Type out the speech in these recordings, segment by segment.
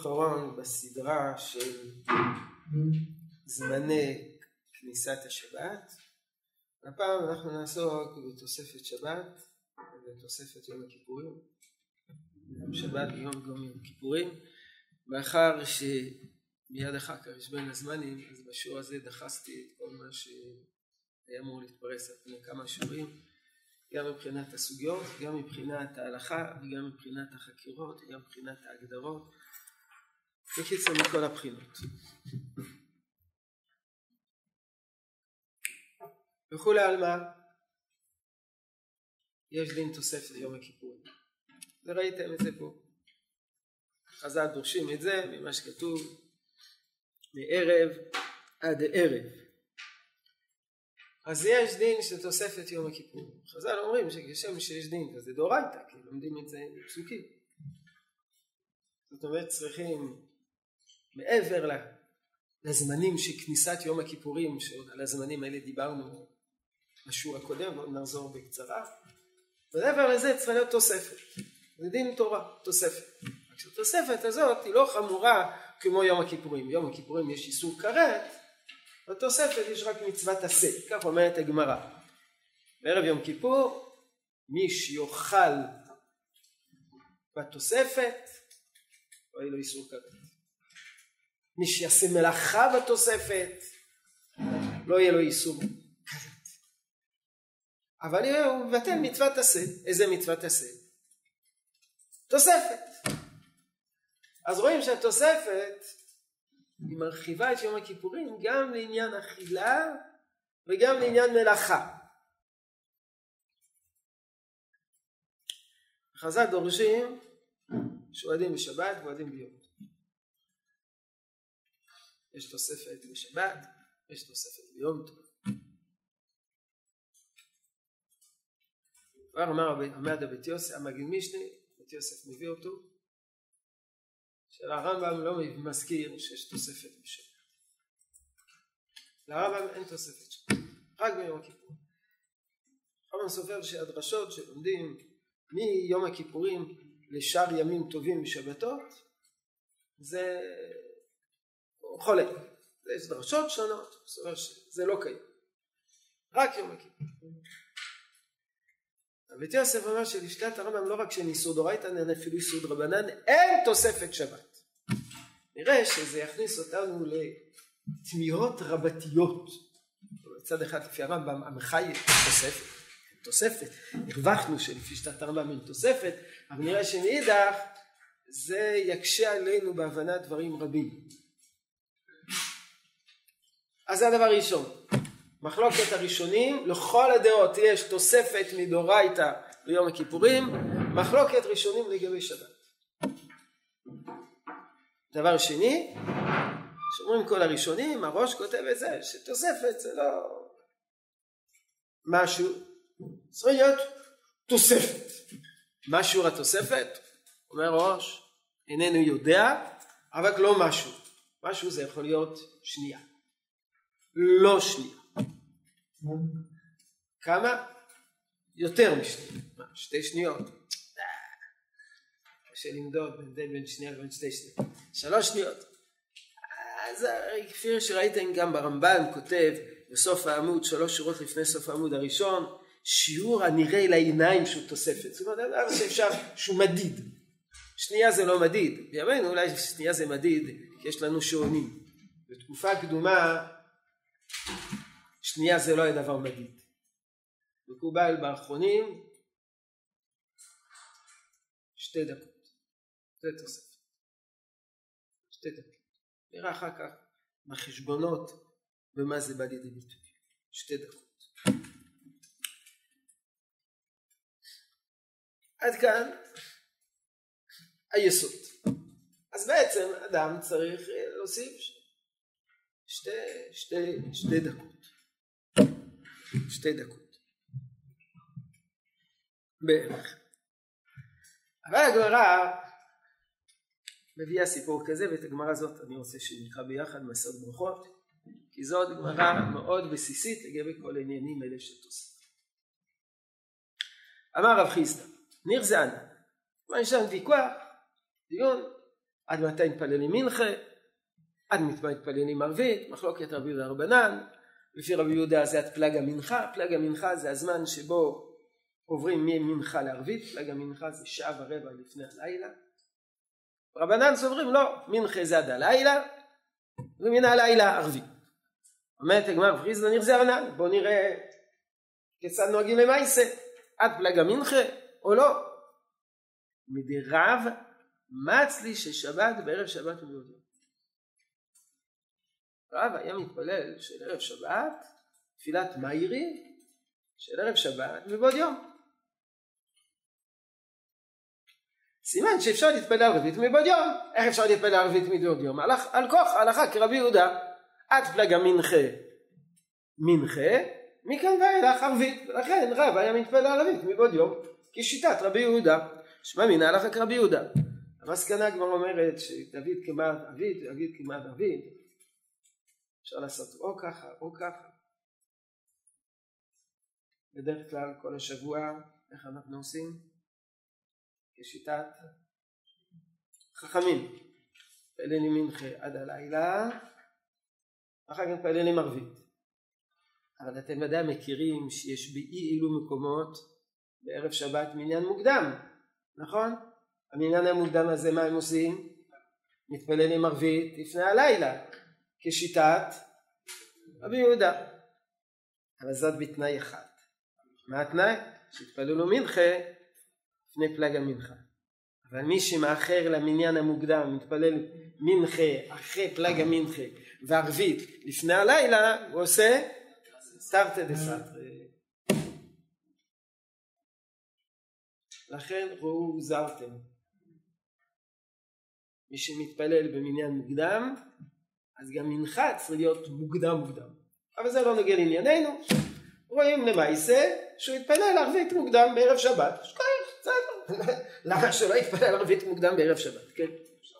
אחרון בסדרה של זמני כניסת השבת. הפעם אנחנו נעסוק בתוספת שבת ובתוספת יום הכיפורים. יום שבת ויום יום הכיפורים. מאחר שמיד אחר כך יש בין הזמנים, אז בשיעור הזה דחסתי את כל מה שהיה אמור להתפרס על פני כמה שיעורים, גם מבחינת הסוגיות, גם מבחינת ההלכה וגם מבחינת החקירות וגם מבחינת ההגדרות. בקיצור מכל הבחינות. וכולי על מה? יש דין תוספת יום הכיפורים. וראיתם את זה פה. חז"ל דורשים את זה ממה שכתוב מערב עד ערב. אז יש דין של תוספת יום הכיפורים. חז"ל אומרים שכשם שיש דין כזה דאורייתא, כי לומדים את זה בפסוקים. זאת אומרת צריכים מעבר לזמנים של כניסת יום הכיפורים, שעל הזמנים האלה דיברנו בשיעור הקודם, ועוד נחזור בקצרה. מעבר לזה צריכה להיות תוספת. זה דין תורה, תוספת. כשהתוספת הזאת היא לא חמורה כמו יום הכיפורים. יום הכיפורים יש איסור כרת, בתוספת יש רק מצוות עשה, כך אומרת הגמרא. בערב יום כיפור, מי שיאכל בתוספת, לא יהיה לו איסור כרת. מי שיעשה מלאכה בתוספת, לא יהיה לו איסור כרת. אבל הוא מבטל מצוות עשה. איזה מצוות עשה? תוספת. אז רואים שהתוספת היא מרחיבה את יום הכיפורים גם לעניין אכילה וגם לעניין מלאכה. חז"ל דורשים שעודים בשבת ועודים ביום. יש תוספת בשבת, יש תוספת ביום טוב. כבר אמר בית יוסף, המגיד משנה, בית יוסף מביא אותו, שלרמב"ם לא מזכיר שיש תוספת בשבת. לרמב"ם אין תוספת שבת, רק ביום הכיפורים. הרמב"ם סופר שהדרשות שלומדים מיום הכיפורים לשאר ימים טובים בשבתות, זה חולק. יש דרשות שונות, סופר שזה לא קיים. רק יום הכיפורים. בית יוסף אמר שלשיטת הרמב"ם לא רק שאיסור דאורייתא אלא אפילו איסור דרבנן, אין תוספת שבת. נראה שזה יכניס אותנו לתמיהות רבתיות. מצד אחד לפי הרמב"ם המחי תוספת. הרווחנו שלפי שיטת הרמב"ם אין תוספת, אבל נראה שמאידך זה יקשה עלינו בהבנת דברים רבים. אז זה הדבר הראשון. מחלוקת הראשונים, לכל הדעות יש תוספת מדאורייתא ביום הכיפורים, מחלוקת ראשונים לגבי שבת. דבר שני, שאומרים כל הראשונים, הראש כותב את זה, שתוספת זה לא משהו, צריך להיות תוספת. מה שיעור התוספת? אומר ראש, איננו יודע, אבל לא משהו. משהו זה יכול להיות שנייה. לא שנייה. כמה? יותר משנייה. 2 שניות. קשה למדוד בין שנייה לבין 2 שניות. 3 שניות. אז כפי שראיתם גם ברמב"ם כותב בסוף העמוד, 3 שורות לפני סוף העמוד הראשון, שיעור הנראה לעיניים שהוא תוספת. זאת אומרת, דבר שאפשר, שהוא מדיד. שנייה זה לא מדיד. בימינו אולי שנייה זה מדיד, כי יש לנו שעונים. בתקופה קדומה, שנייה זה לא היה דבר מדיד. מקובל באחרונים 2 דקות. זה תוספת. 2 דקות. נראה אחר כך בחשבונות במה זה בא לידי ביטוי. 2 דקות. עד כאן היסוד. אז בעצם אדם צריך להוסיף 2 דקות. 2 דקות. בערך. אבל הגמרא מביאה סיפור כזה, ואת הגמרא הזאת אני רוצה שנקרא ביחד מסעות ברכות, כי זאת גמרא מאוד בסיסית לגבי כל העניינים האלה של תוספת. אמר רב חיסדא, ניר זה ענה. מה יש שם ויכוח, דיון, עד מתי מתפללים מנחה, עד מתי מתפללים ערבית, מחלוקת רבי יהודה רבנן. לפי רבי יהודה זה עד פלג המנחה. פלג המנחה זה הזמן שבו עוברים ממנחה לערבית. פלג המנחה זה 1.25 שעה לפני הלילה. רבנן סוברים לא, מנחה זה עד הלילה, ומן הלילה ערבית. אומרת הגמרא פריז לנרזה רבנן, בוא נראה כיצד נוהגים למעשה, עד פלג המנחה או לא. מדרב מצלי ששבת בערב שבת מבעוד יום. רב היה מתפלל של ערב שבת, תפילת מאירי של ערב שבת מבעוד יום. סימן שאפשר להתפלל ערבית מבעוד יום. איך אפשר להתפלל ערבית מבעוד יום? על כוח הלכה כרבי יהודה, עד פלג המנחה מנחה, מכאן ואילך ערבית. לכן רב היה מתפלל ערבית מבעוד יום כשיטת רבי יהודה. שמע מן ההלכה כרבי יהודה. המסקנה כבר אומרת שדוד כמעט אביד, דוד כמעט אביד. אפשר לעשות או ככה או ככה. בדרך כלל כל השבוע איך אנחנו עושים? כשיטת חכמים. מתפללים מנחה עד הלילה, אחר כך מתפללים ערבית. אבל אתם ודאי מכירים שיש באי אילו מקומות בערב שבת מניין מוקדם, נכון? המניין המוקדם הזה מה הם עושים? מתפללים ערבית לפני הלילה, כשיטת רבי יהודה. אבל זאת בתנאי אחד. מה התנאי? שהתפללו מנחה לפני פלג המנחה. אבל מי שמאחר למניין המוקדם מתפלל מנחה אחרי פלג המנחה וערבית לפני הלילה, הוא עושה סתרתא דסתרא. לכן ראו זרתם. מי שמתפלל במניין מוקדם, אז גם מנחה צריך להיות מוקדם. אבל זה לא נוגע לענייננו. רואים למעשה שהוא התפלל ערבית מוקדם בערב שבת. למה שלא יתפלל ערבית מוקדם בערב שבת, כן?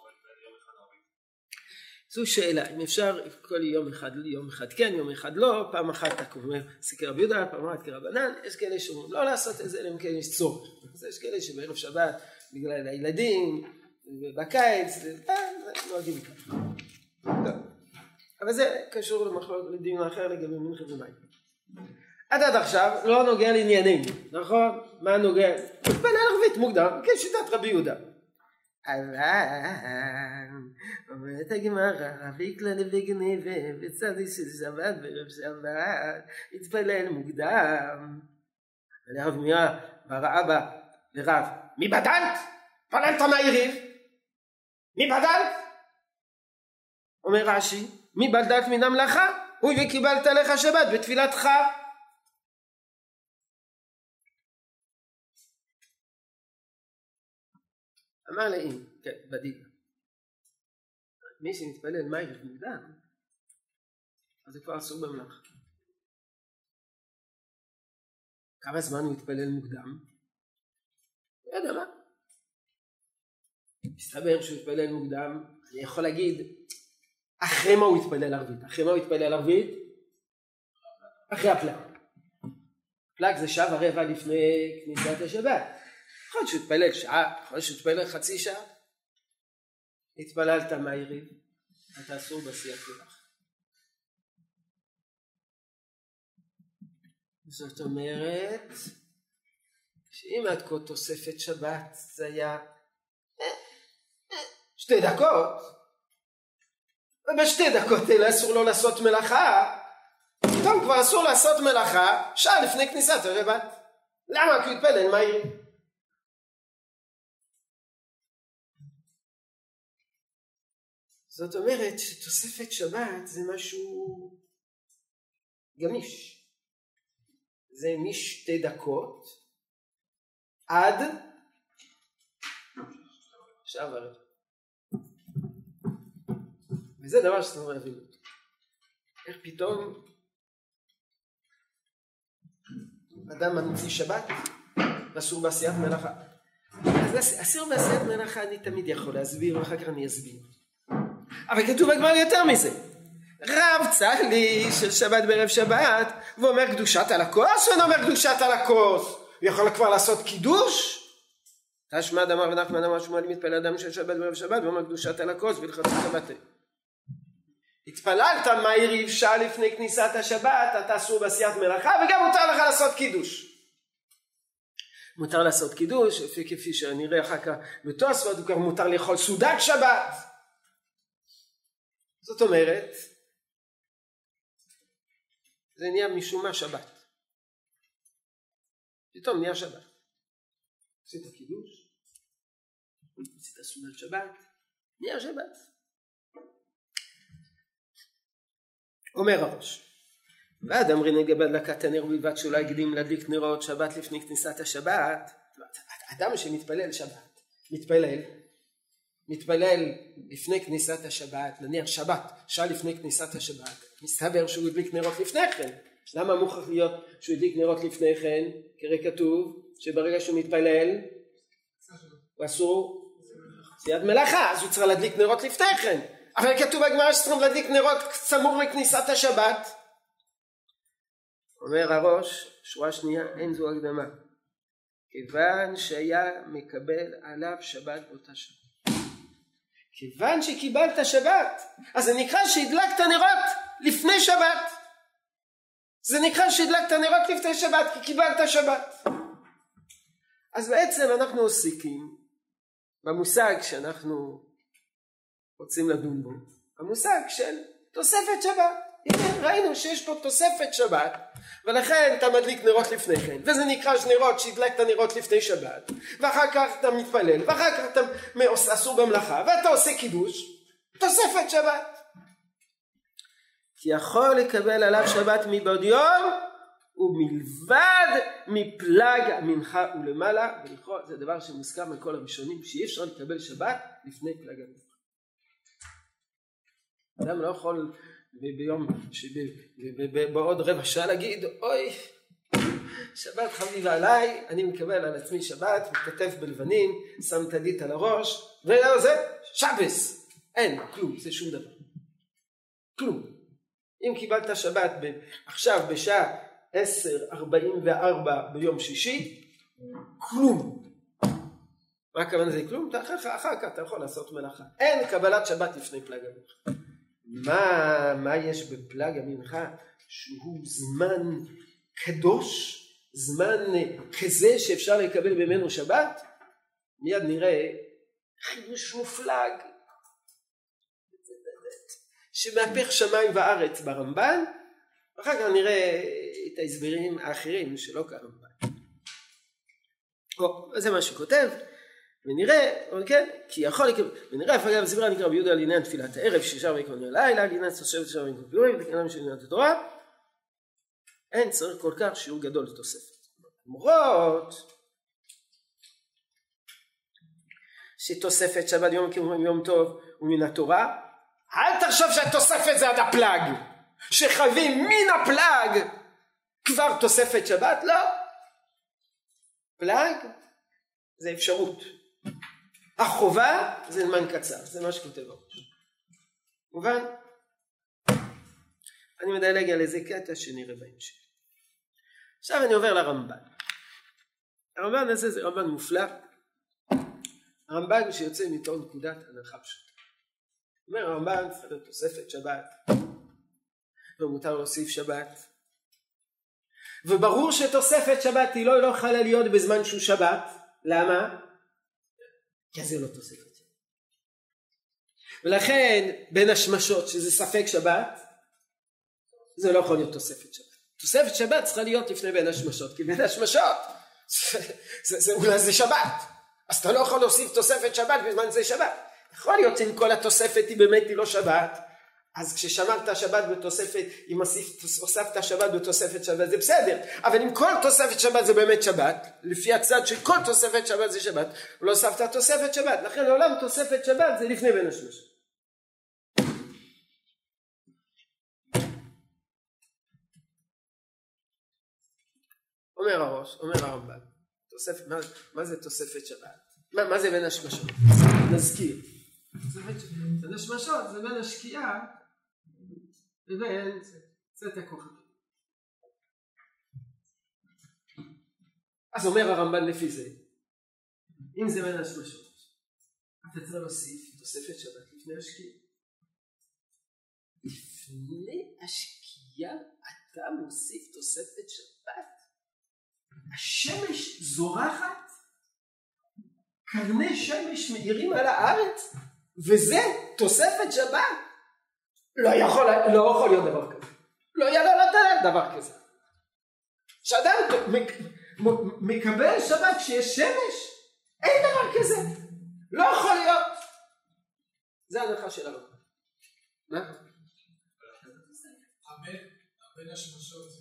זו שאלה, אם אפשר כל יום אחד כן, יום אחד לא, פעם אחת אתה אומר כרבי יהודה, פעם אחת כרבנן. יש כאלה שאומרים לא לעשות את זה, אם כן יש צורך. יש כאלה שבערב שבת בגלל הילדים ובקיץ נוהגים ככה. אבל זה קשור לדיון אחר לגבי מנחה ומים. עד עכשיו לא נוגע לענייננו, נכון? מה נוגע? מתפלל ערבית מוקדם, כשיטת רבי יהודה. אבל אומרת הגמרא, רבי כלל וגנבה בצדי של שבת בערב שבת התפלל מוקדם. ולרב מירה בר אבא לרב, מי בדלת? פללת מהיריב? מי בדלת? אומר רש"י, מי בדלת מן המלאכה? הוא וקיבלת לך שבת בתפילתך. אמר להם, כן, בדיוק. מי שמתפלל מהיריב מוקדם, אז זה כבר אסור במלאכה. כמה זמן הוא מתפלל מוקדם? לא יודע מה. מסתבר שהוא התפלל מוקדם, אני יכול להגיד, אחרי מה הוא התפלל ערבית? אחרי מה הוא התפלל ערבית? אחרי הפלג. פלג זה 1.25 שעה לפני כניסת השבת. יכול להיות שהוא התפלל שעה, יכול להיות שהוא התפלל חצי שעה. התפללת מהיריב, אתה אסור בשיח שלך. זאת אומרת, שאם עד כה תוספת שבת זה היה 2 דקות, וב2 דקות האלה אסור לו לעשות מלאכה, פתאום כבר אסור לעשות מלאכה שעה לפני כניסת השבת. למה? כי הוא התפלל מהיריב. זאת אומרת שתוספת שבת זה משהו גמיש. זה מ2 דקות עד 1.25 שעה. וזה דבר שאתם אוהבים אותו. איך פתאום אדם ממציא שבת ואסור בעשיית מלאכה. אז אסור בעשיית מלאכה אני תמיד יכול להסביר, ואחר כך אני אסביר. אבל כתוב כבר יותר מזה. רב צהלי של שבת בערב שבת, ואומר קדושת על הכוס, ואני אומר קדושת על הכוס. הוא יכול כבר לעשות קידוש? תשמע אמר ונחמן אמר שמואל מתפלל אדם של שבת בערב שבת ואומר קדושת על הכוס והלכות שבת. התפללת מהיר יבשה לפני כניסת השבת, אתה אסור בעשיית מלאכה וגם מותר לך לעשות קידוש. מותר לעשות קידוש, כפי שנראה אחר כך בתוספות, הוא כבר מותר לאכול סעודת שבת. זאת אומרת, זה נהיה משום מה שבת. פתאום נהיה שבת. עשית קידוש, עשית סעודת שבת, נהיה שבת. אומר הראש, ועד אמרין לגבי הדלקת הנר ובלבד שאולי הקדים להדליק נרות שבת לפני כניסת השבת. אדם שמתפלל שבת, מתפלל לפני כניסת השבת, נניח שבת, שעה לפני כניסת השבת, מסתבר שהוא הדליק נרות לפני כן. למה מוכרח להיות שהוא הדליק נרות לפני כן? כרי כתוב שברגע שהוא מתפלל הוא אסור עשיית מלאכה, אז הוא צריך להדליק נרות לפני כן. אבל כתוב בגמרא שצריכים להדליק נרות סמוך לכניסת השבת. אומר הראש, שורה שנייה, אין זו הקדמה, כיוון שהיה מקבל עליו שבת באותה שבת. כיוון שקיבלת שבת, אז זה נקרא שהדלקת נרות לפני שבת. זה נקרא שהדלקת נרות לפני שבת כי קיבלת שבת. אז בעצם אנחנו עוסקים במושג שאנחנו רוצים לדון בו, המושג של תוספת שבת. הנה, ראינו שיש פה תוספת שבת, ולכן אתה מדליק נרות לפני כן, וזה נקרא שנרות שהדלקת נרות לפני שבת, ואחר כך אתה מתפלל, ואחר כך אתה אסור במלאכה, ואתה עושה קידוש, תוספת שבת. כי יכול לקבל עליו שבת מבעוד יום, ומלבד מפלג המנחה ולמעלה, זה דבר שמוזכר מכל הראשונים, שאי אפשר לקבל שבת לפני פלג המנחה. אדם לא יכול ביום, בעוד רבע שעה להגיד, אוי, שבת חביבה עליי, אני מקבל על עצמי שבת, מתכתב בלבנים, שם תדית על הראש, וזה שבס. אין, כלום, זה שום דבר. כלום. אם קיבלת שבת עכשיו בשעה 10:44 ביום שישי, כלום. מה הכוונה זה כלום? אחר כך אתה יכול לעשות מלאכה. אין קבלת שבת לפני פלג המנחה. מה יש בפלג המנחה שהוא זמן קדוש, זמן כזה שאפשר לקבל ממנו שבת? מיד נראה חידוש מופלג שמהפך שמיים וארץ ברמב"ן, ואחר כך נראה את ההסברים האחרים שלא כרמב"ן. זה מה שכותב, ונראה, כן, כי יכול לקבל, ונראה אף אגב זברה נקרא ביהודה לעניין תפילת הערב ששם ויקון הלילה, לעניין תוספת ששם ויקון פיורים, וכנם של עניין התורה, אין צריך כל כך שיעור גדול לתוספת. למרות שתוספת שבת יום כיפורים יום טוב ומן התורה, אל תחשוב שהתוספת זה עד הפלג, שחייבים מן הפלג כבר תוספת שבת, לא. פלג זה אפשרות. החובה זה זמן קצר, זה מה שכותב הראש. מובן? אני מדלג על איזה קטע שנראה בהמשך. עכשיו אני עובר לרמב"ן. הרמב"ן הזה זה רמב"ן מופלא. הרמב"ן שיוצא מתוך נקודת הנחה פשוטה. אומר הרמב"ן צריך להיות תוספת שבת, ומותר להוסיף שבת. וברור שתוספת שבת היא לא יכולה להיות בזמן שהוא שבת. למה? כי זה לא תוספת שבת. ולכן בין השמשות שזה ספק שבת, זה לא יכול להיות תוספת שבת. תוספת שבת צריכה להיות לפני בין השמשות, כי בין השמשות אולי זה שבת. אז אתה לא יכול להוסיף תוספת שבת בזמן זה שבת. יכול להיות אם כל התוספת היא באמת היא לא שבת, אז כששמרת שבת בתוספת, אם הוספת שבת בתוספת שבת זה בסדר, אבל אם כל תוספת שבת זה באמת שבת, לפי הצד שכל תוספת שבת זה שבת, לא הוספת תוספת שבת, לכן לעולם תוספת שבת זה לפני בין השלוש. אומר הראש, אומר הרמב"ן, מה זה תוספת שבת? מה זה בין השמשות? נזכיר. בין השמשות זה בין השקיעה לבין צאת הכוכבים. אז אומר הרמב"ן לפי זה, אם זה בין השמשות, אתה צריך להוסיף תוספת שבת לפני השקיעה. לפני השקיעה אתה מוסיף תוספת שבת. השמש זורחת, קרני שמש מאירים על הארץ, וזה תוספת שבת. לא יכול להיות דבר כזה. לא יעלה לדעת דבר כזה. שאדם מקבל שבת כשיש שמש, אין דבר כזה. לא יכול להיות. זה ההנחה של הרב. מה? בין השמשות.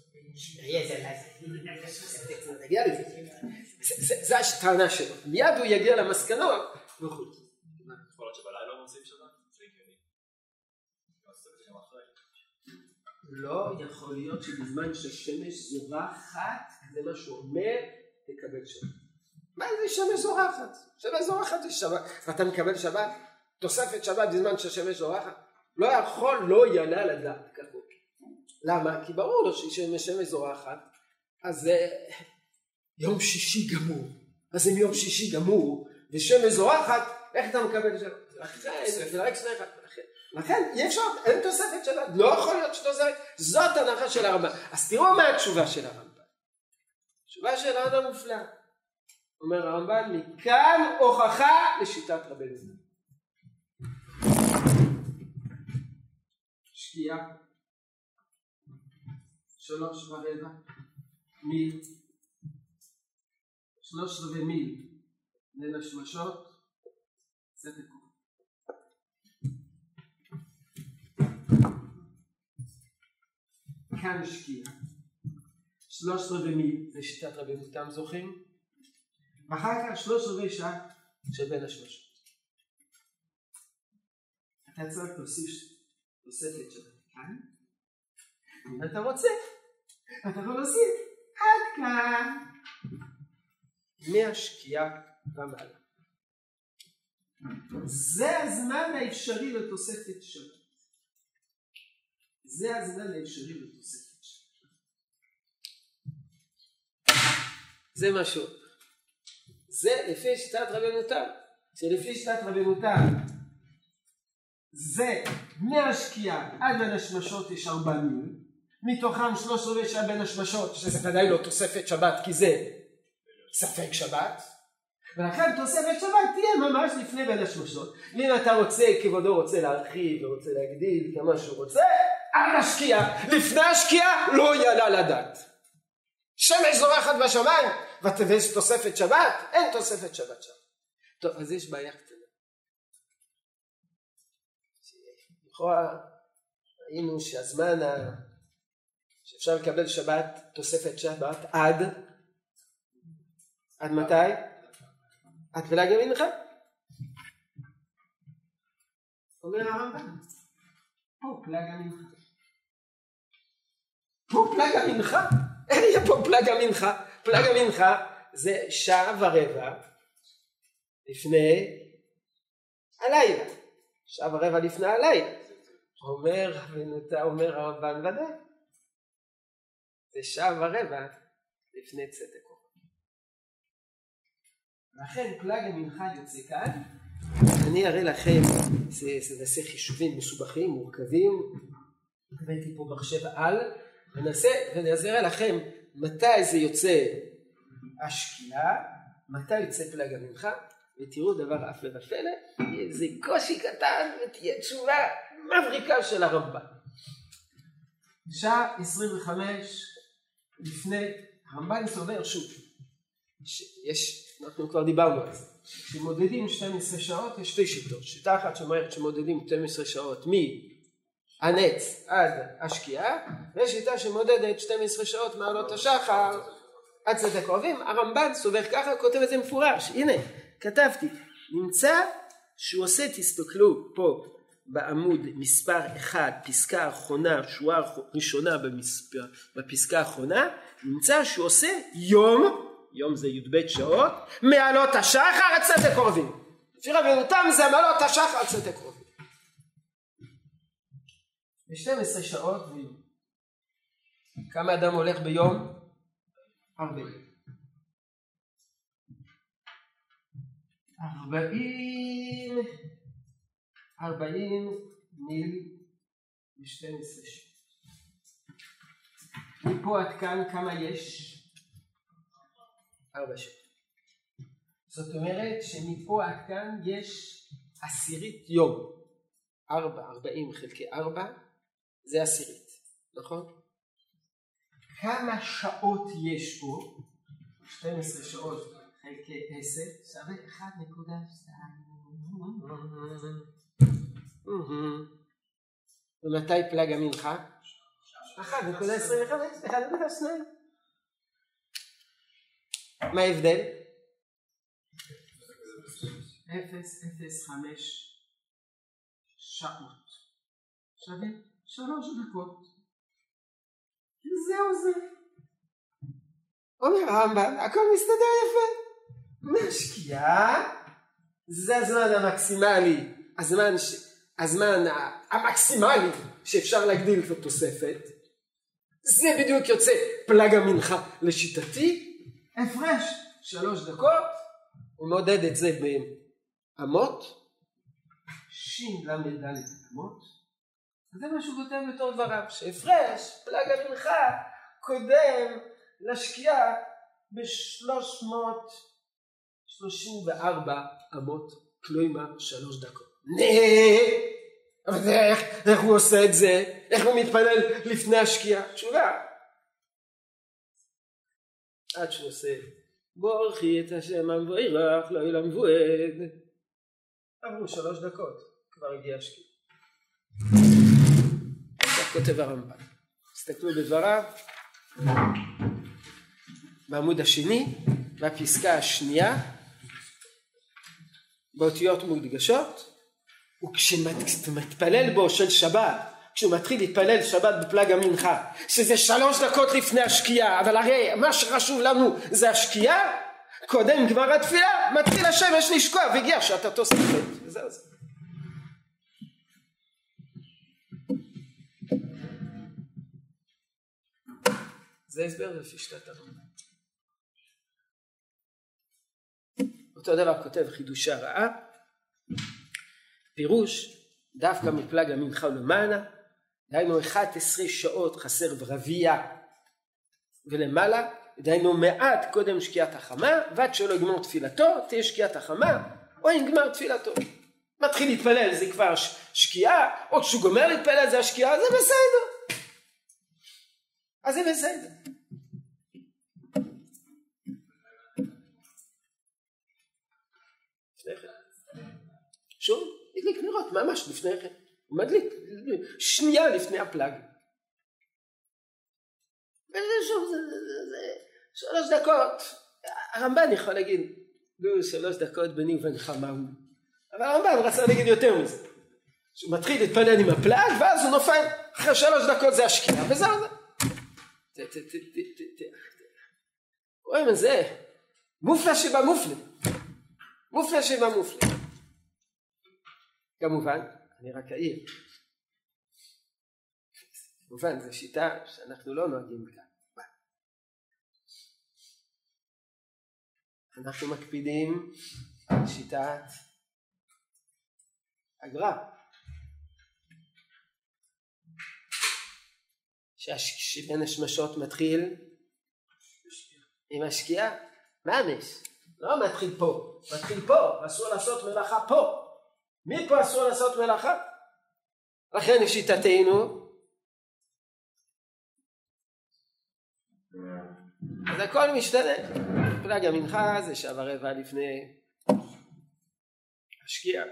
זה הטענה שלו. מיד הוא יגיע למסקנות. יכול להיות שבלילה לא מוצאים שבת? זה הגיוני. לא יכול להיות שבזמן שהשמש זורחת, זה מה שהוא אומר, תקבל שבת. מה זה שמש זורחת? שמש זורחת זה שבת. אתה מקבל שבת? תוספת שבת בזמן שהשמש זורחת? לא יכול, לא יעלה לדעת ככה. למה? כי ברור לו ששמש זורחת, אז זה יום שישי גמור. אז אם יום שישי גמור, ושמש זורחת, איך אתה מקבל שבת? לכן אי אפשר, אין תוספת שבת, לא יכול להיות שתוספת, זאת הנחה של הרמב"ן. אז תראו מה התשובה של הרמב"ן. התשובה של הרמב"ן מופלאה. אומר הרמב"ן, מכאן הוכחה לשיטת רבנו. שקיעה 3.25 מיל, 3/4 מיל בין השמשות, זה תקוע. כאן שקיעה 3/4 מיל, זה שיטת רבנו תם זוכים, ואחר כך 3/4 שעה שבין השמשות. אתה צריך להוסיף תוספת שבת כאן, אם אתה רוצה, אתה יכול להוסיף עד כאן מהשקיעה ומעלה. זה הזמן האפשרי לתוספת שבת. זה הזמן האפשרי לתוספת שבת. זה משהו. זה לפי שיטת רבנו תם. שלפי שיטת רבנו תם זה מהשקיעה עד בין השמשות יש 4 מיל, מתוכם 3/4 שעה בין השמשות, שזה ודאי לא תוספת שבת כי זה ספק שבת, ולכן תוספת שבת תהיה ממש לפני בין השמשות. ואם אתה רוצה, כבודו רוצה להרחיב ורוצה להגדיל כמה שהוא רוצה, עד השקיעה. לפני השקיעה לא יעלה לדעת. שמש זורחת בשמיים ותבש תוספת שבת, אין תוספת שבת שם. טוב, אז יש בעיה קטנה. ראינו שהזמן שאפשר לקבל שבת, תוספת שבת, עד מתי? עד פלג המנחה. אומר הרמב"ן, פה פלג המנחה. פה פלג המנחה? אין יהיה פה פלג המנחה. פלג המנחה זה 1.25 שעה לפני הלילה. 1.25 שעה לפני הלילה. אומר הרמב"ן ודאי. זה 1.25 שעה לפני צאת הכוכבים. לכן פלג המנחה יוצא כאן. אני אראה לכם, זה נעשה חישובים מסובכים, מורכבים. הבאתי פה מחשב על, ואני אעזר לכם מתי זה יוצא השקיעה, מתי יוצא פלג המנחה, ותראו דבר הפלא ופלא, זה קושי קטן ותהיה תשובה מבריקה של הרמב"ן. 1:25 לפני, הרמב"ן סובר שוב, אנחנו כבר דיברנו על זה, כשמודדים 12 שעות יש שתי שיטות. שיטה אחת שאומרת שמודדים 12 שעות מהנץ עד השקיעה, ויש שיטה שמודדת 12 שעות מעלות השחר עד צאת הכוכבים. הרמב"ן סובר ככה, כותב את זה מפורש. הנה, כתבתי, נמצא שהוא עושה, תסתכלו פה בעמוד מספר 1, פסקה האחרונה, שורה ראשונה בפסקה האחרונה, נמצא שהוא עושה יום זה י"ב שעות, מעלות השחר עד צאת הכוכבים. לפי רבנו תם זה מעלות השחר עד צאת הכוכבים. ב-12 שעות ביום. כמה אדם הולך ביום? הרבה. 40 מיל ו-12 שעות. מפה עד כאן כמה יש? 4 שעות. זאת אומרת שמפה עד כאן יש 10 יום. 40 חלקי 4 זה 10, נכון? כמה שעות יש פה? 12 שעות חלקי 10 שווה 1.2. ומתי פלג המנחה? 1.25, 1.2. מה ההבדל? 0.05 שעות שווה 3 דקות. זהו זה. אומר הרמב"ם, הכל מסתדר יפה. מהשקיעה זה הזמן המקסימלי, הזמן המקסימלי שאפשר להגדיל את התוספת. זה בדיוק יוצא פלג המנחה לשיטתי. הפרש 3 דקות, הוא מודד את זה באמות, שין למד ד' אמות. זה מה שהוא כותב בתור דבריו, שהפרש פלג המנחה קודם לשקיעה ב334 אמות, כלומר 3 דקות. אבל איך הוא עושה את זה? איך הוא מתפלל לפני השקיעה? תשובה, עד שהוא עושה בורכי את השם המבורך לא ילמבו עד, עברו 3 דקות, כבר הגיע השקיעה. עכשיו כותב הרמב"ם, תסתכלו בדבריו בעמוד השני והפסקה השנייה באותיות מודגשות, וכשמתפלל בו של שבת, כשהוא מתחיל להתפלל שבת בפלג המנחה, שזה 3 דקות לפני השקיעה, אבל הרי מה שחשוב לנו זה השקיעה, קודם גמר התפילה מתחיל השמש לשקוע והגיע שעת התוספת. וזהו זה. זה הסבר לפי שיטת הרמב"ם. אותו דבר כותב חידושי הרעה, פירוש דווקא מפלג המנחה ולמעלה, דהיינו 11 שעות חסר ורבייה ולמעלה, דהיינו מעט קודם שקיעת החמה, ועד שלא יגמר תפילתו תהיה שקיעת החמה, או אם גמר תפילתו. מתחיל להתפלל זה כבר שקיעה, או כשהוא גומר להתפלל זה השקיעה, זה בסדר. אז זה בסדר. שוב, הדליק נרות ממש לפני כן. הוא מדליק שנייה לפני הפלג. ושוב, זה 3 דקות. הרמב"ן יכול להגיד, 3 דקות ביני ובינך מה הוא. אבל הרמב"ן רצה להגיד יותר מזה. שהוא מתחיל להתפלל עם הפלג, ואז הוא נופל. אחרי 3 דקות זה השקיעה, וזהו זה. רואים את זה? מופלא שבמופלא. מופלא שבמופלא. כמובן, אני רק אעיר. כמובן, זו שיטה שאנחנו לא נוהגים כאן. אנחנו מקפידים על שיטת הגר"א. שבין השמשות מתחיל עם השקיעה. ממש. לא מתחיל פה. מתחיל פה. אסור לעשות מלאכה פה. מפה אסור לעשות מלאכה. לכן שיטתנו. אז הכל משתנה. פלג המנחה זה 7:15 לפני השקיעה.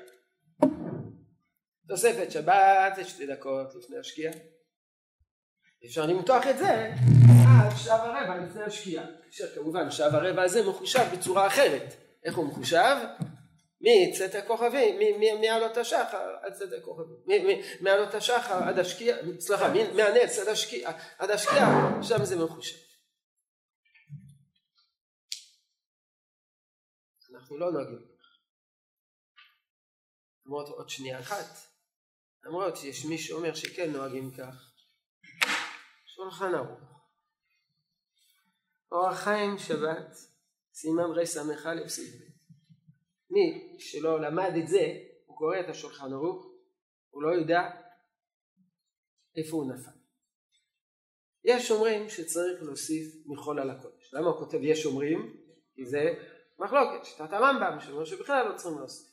תוספת שבת זה 2 דקות לפני השקיעה. אפשר למתוח את זה עד 7:15 לפני השקיעה. כמובן 7:15 הזה מחושב בצורה אחרת. איך הוא מחושב? מצאת הכוכבים, מעלות השחר עד צאת הכוכבים. מעלות השחר עד השקיעה, סליחה, מהנץ עד השקיעה, שם זה מחושב. אנחנו לא נוהגים. למרות עוד שנייה אחת, למרות שיש מי שאומר שכן נוהגים כך. שולחן ערוך. אורח חיים שבת, סימן רס"א ס"ב. מי שלא למד את זה, הוא קורא את השולחן ערוך, הוא לא יודע איפה הוא נפל. יש אומרים שצריך להוסיף מחול על הקודש. למה הוא כותב יש אומרים? כי זה מחלוקת, שיטת הרמב"ם, שאומר שבכלל לא צריכים להוסיף.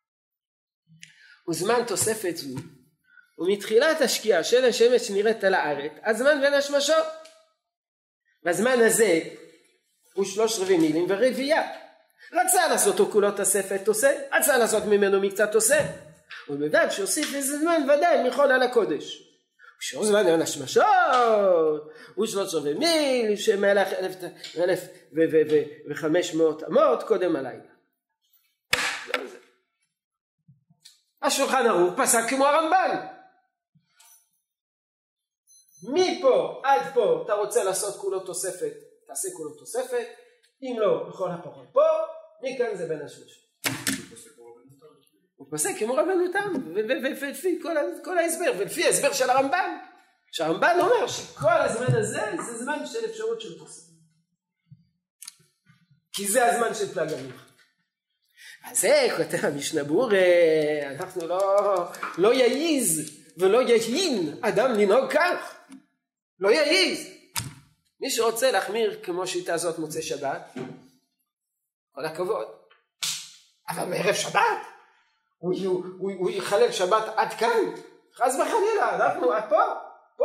וזמן תוספת זו, ומתחילת השקיעה של השמש נראית על הארץ, הזמן בין השמשות. והזמן הזה הוא 3/4 מילים ורביעייה. רצה לעשות אותו כולו תוספת עושה, רצה לעשות ממנו מקצת עושה. ובלבד שהוסיף איזה זמן ודאי מחול על הקודש. ושאור זמן בין השמשות הוא 3/4 מיל שמהלך 1,500 אמות קודם הלילה. השולחן ערוך פסק כמו הרמב"ן. מפה עד פה אתה רוצה לעשות כולו תוספת, תעשה כולו תוספת, אם לא בכל הפחות פה, מכאן זה בין השלושים. הוא פסק כמו רבנו תם, ולפי כל ההסבר, ולפי ההסבר של הרמב"ן, שהרמב"ן אומר שכל הזמן הזה זה זמן של אפשרות של תוספת, כי זה הזמן של פלג המלך. אז זה כותב המשנה ברורה, אנחנו לא יעיז ולא יהין אדם לנהוג כך, לא יעיז. מי שרוצה להחמיר כמו שיטה הזאת מוצא שבת, כל הכבוד, אבל בערב שבת הוא יחלל שבת עד כאן, חס וחלילה, אנחנו עד פה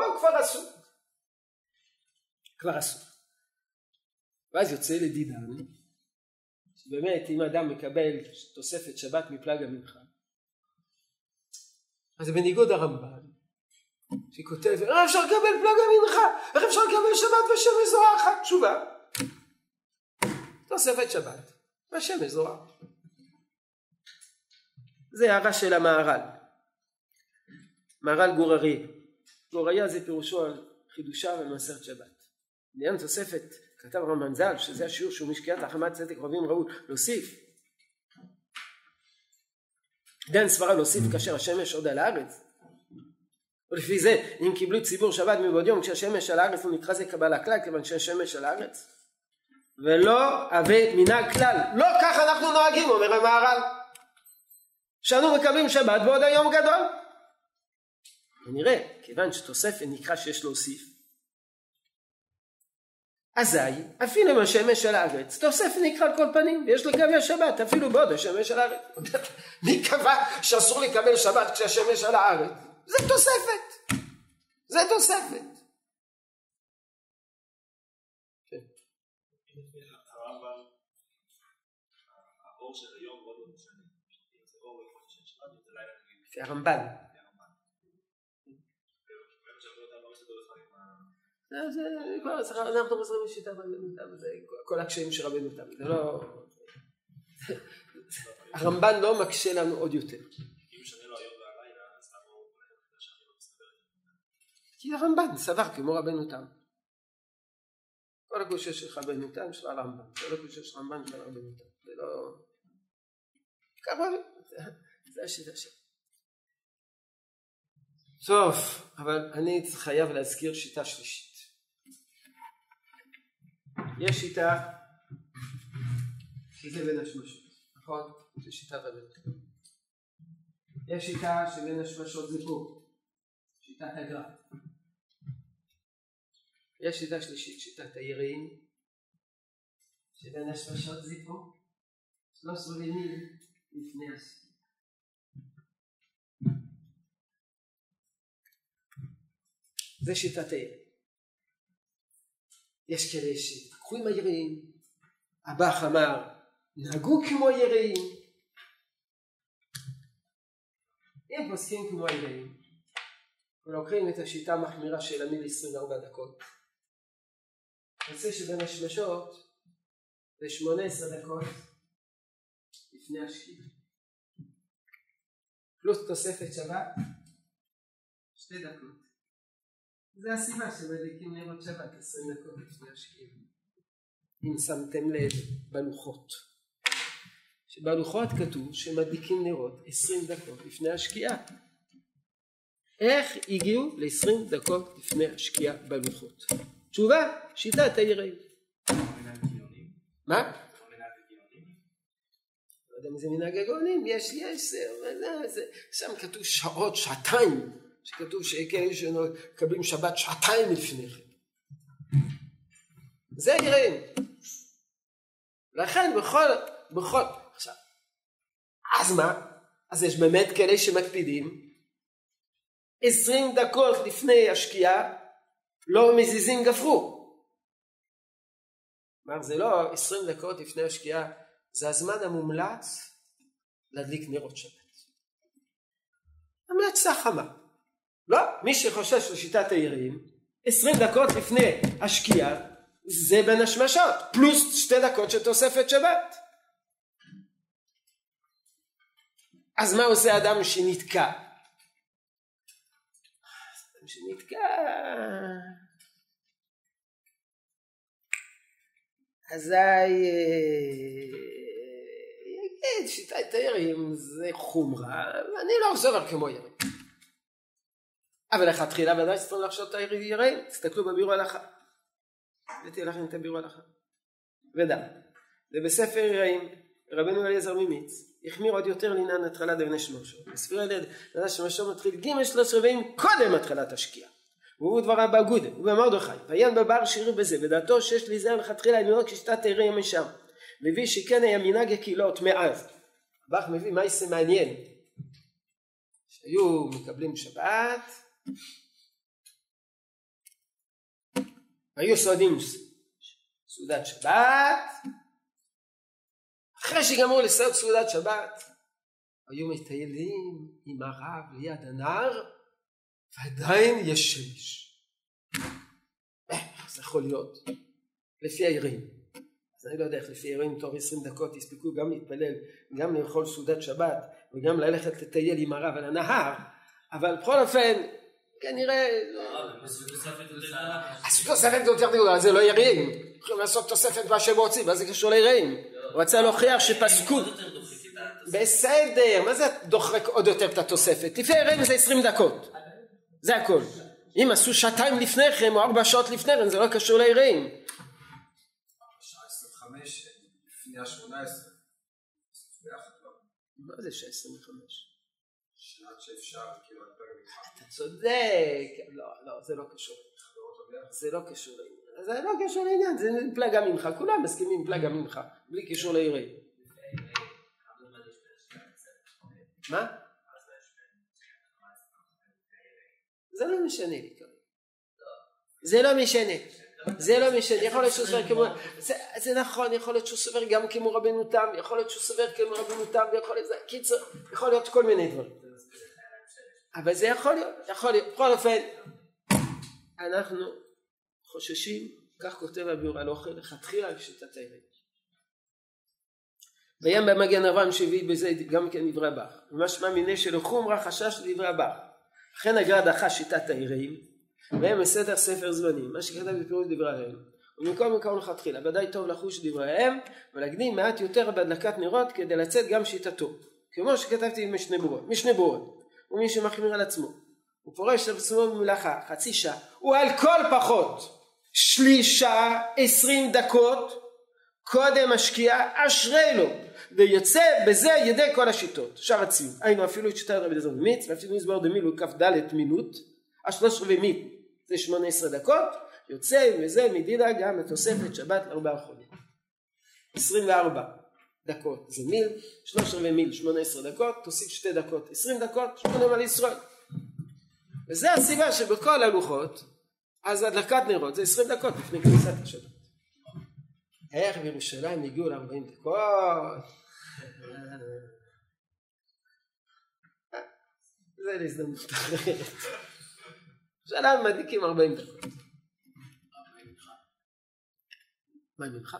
כבר עשו. ואז יוצא לדידן, באמת אם אדם מקבל תוספת שבת מפלג המנחה, אז בניגוד הרמב"ן שכותב איך אפשר לקבל פלג המנחה, איך אפשר לקבל שבת ושמש זורחת? תשובה, תוספת שבת ושמש זורחת. זה הערה של המהר"ל, מהר"ל גוריה זה פירושו על חידושה ומסרת שבת. לעניין תוספת כתב רמב"ן ז"ל שזה השיעור שהוא משקיעת החמת צדק רבים ראו להוסיף דן סברה להוסיף כאשר השמש עוד על הארץ, ולפי זה אם קיבלו ציבור שבת מבעוד יום כשהשמש על הארץ הוא נקרא זה קבלה כלל כיוון שהשמש על הארץ ולא הווה מנהג כלל. לא כך אנחנו נוהגים, אומר המהר"ל, שאנו מקבלים שבת בעוד היום גדול. ונראה כיוון שתוספת נקרא שיש להוסיף, אזי אפילו אם השמש על הארץ תוספת נקרא על כל פנים ויש לקבל שבת אפילו בעוד השמש על הארץ. מי קבע שאסור לקבל שבת כשהשמש על הארץ? זה תוספת, זה תוספת. הרמב"ם, האור של היום מאוד מאוד משנה, זה אור יכול של שבת וזה לילה נגיד. לפי הרמב"ן. אנחנו חוזרים לשיטה רבנו תם, זה כל הקשיים של רבנו תם, זה לא, הרמב"ן לא מקשה לנו עוד יותר. אם משנה לו היום והלילה, אז למה הוא שאני לא מסתבר? כי הרמב"ן סבר כמו רבנו תם. כל הקושי של רבנו תם של הרמב"ן, כל הקושי של רמב"ן של רבנו תם, זה לא, ככה, זה השיטה שלנו. טוב, אבל אני חייב להזכיר שיטה שלישית. יש שיטה שזה בין השמשות, נכון? זה שיטת רבנו תם. יש שיטה שבין השמשות זה פה, שיטת הגר"א. יש שיטה שלישית, שיטת היראים, שבין השמשות זה פה, 13 מיל לפני הסוף. זה שיטת היראים. יש כאלה שתקחו עם היראים, הבח אמר, נהגו כמו היראים. אם פוסקים כמו היראים, ולוקחים את השיטה המחמירה של המיל 24 דקות, נעשה שבין השמשות זה 18 דקות לפני השקיעה. פלוס תוספת שבת, 2 דקות. זה הסיבה שמדליקים נרות שבת 20 דקות לפני השקיעה. אם שמתם לב בלוחות, שבלוחות כתוב שמדליקים נרות 20 דקות לפני השקיעה. איך הגיעו ל-20 דקות לפני השקיעה בלוחות? תשובה, שיטת היראים. מה? לא יודע אם זה מנהג הגאונים, יש לי 10, שם כתוב שעות, שעתיים, שכתוב שכאלה שמקבלים שבת שעתיים לפני כן. זה יראים. לכן בכל, עכשיו, אז מה? אז יש באמת כאלה שמקפידים, 20 דקות לפני השקיעה, לא מזיזים גפרור. כלומר, זה לא 20 דקות לפני השקיעה, זה הזמן המומלץ להדליק נרות שבת. המלצה חמה. לא, מי שחושש לשיטת היראים, 20 דקות לפני השקיעה, זה בין השמשות, פלוס 2 דקות של תוספת שבת. אז מה עושה אדם שנתקע? אדם שנתקע... אזי יגיד שיטת היראים זה חומרה, ואני לא סובר כמו יראים. אבל לכתחילה ודאי שצריכים לחשוב את היראים, תסתכלו בבירור הלכה. הבאתי לכם את הבירור הלכה. ודע, זה בספר יראים, רבנו אליעזר ממיץ, החמיר עוד יותר לעניין התחלה דבני שמשו. בספר דבני שמשו מתחיל ג' 13 קודם התחלת השקיעה. והוא דבריו באגודה, ובמרדכי, ויען בבר שיר בזה, ודעתו שיש להיזהר לכתחילה לנהוג כשיטת היראים משם. מביא שכן היה מנהג הקהילות מאז. הבח מביא מעשה מעניין. שהיו מקבלים שבת, והיו סועדים סעודת שבת, אחרי שגמרו לסעוד סעודת שבת, היו מטיילים עם הרב ליד הנהר, ועדיין יש שמש. איך זה יכול להיות? לפי היראים. אז אני לא יודע איך לפי היראים תוך 20 דקות יספיקו גם להתפלל, גם לאכול סעודת שבת, וגם ללכת לטייל עם הרב על הנהר, אבל בכל אופן, כנראה... אז תוספת יותר גדולה, זה לא יראים. יכולים לעשות תוספת מה שהם רוצים, אז זה קשור ליראים. הוא רצה להוכיח שפסקו. בסדר, מה זה דוחק עוד יותר את התוספת? לפי היראים זה 20 דקות. זה הכל. אם עשו שעתיים לפני כן או 4 שעות לפני כן, זה לא קשור ליראים. שעה 25 לפני ה-18. מה זה שעה 25? שעת שאפשר, כאילו, אתה צודק. לא, זה לא קשור. זה לא קשור לעניין. זה לא קשור לעניין, זה פלגה ממך. כולם מסכימים פלגה ממך, בלי קשור ליראים. מה? זה לא משנה לי כרגע. זה לא משנה. זה לא משנה. יכול להיות שהוא סובר כמו... זה נכון, יכול להיות שהוא סובר גם כמו רבנו תם, יכול להיות שהוא סובר כמו רבנו תם, יכול להיות כל מיני דברים. אבל זה יכול להיות. בכל אופן, אנחנו חוששים, כך כותב הביאור הלכה, לכתחילה לשיטת היראים. וים במגן אברהם שהביא בזה גם כן דברי הבח. ומשמע מיני שלא חומרה חשש לדברי הבח. לכן הגר"א דחה שיטת היראים, והם בסדר ספר זמנים, מה שכתב בפירוש דבריהם. ומכל מקום לכתחילה, ודאי טוב לחוש דבריהם, ולהקדים מעט יותר בהדלקת נרות כדי לצאת גם שיטתו. כמו שכתבתי משנה ברורות, ומי שמחמיר על עצמו. הוא פורש על עצמו במלאכה, חצי שעה, ועל כל פחות, שלישה, 20 דקות, קודם השקיעה, אשרי לו, ויוצא בזה ידי כל השיטות. שאר הציון, היינו אפילו את שיטת רבי אליעזר ממיץ, ואפילו מסבר דמילו כ"ד מילות, 13 מיל, זה 18 דקות, יוצא וזה מדידה גם לתוספת שבת ל4 חודשים. 24 דקות זה מיל, 13 מיל 18 דקות, תוסיף 2 דקות 20 דקות, 80 על ישראל. וזה הסיבה שבכל הלוחות, אז הדלקת נרות זה 20 דקות לפני כניסת השבת. איך בירושלים הגיעו ל40 דקות? זה להזדמנות אחרת. שלם מדליקים 40 דקות. מה ממך?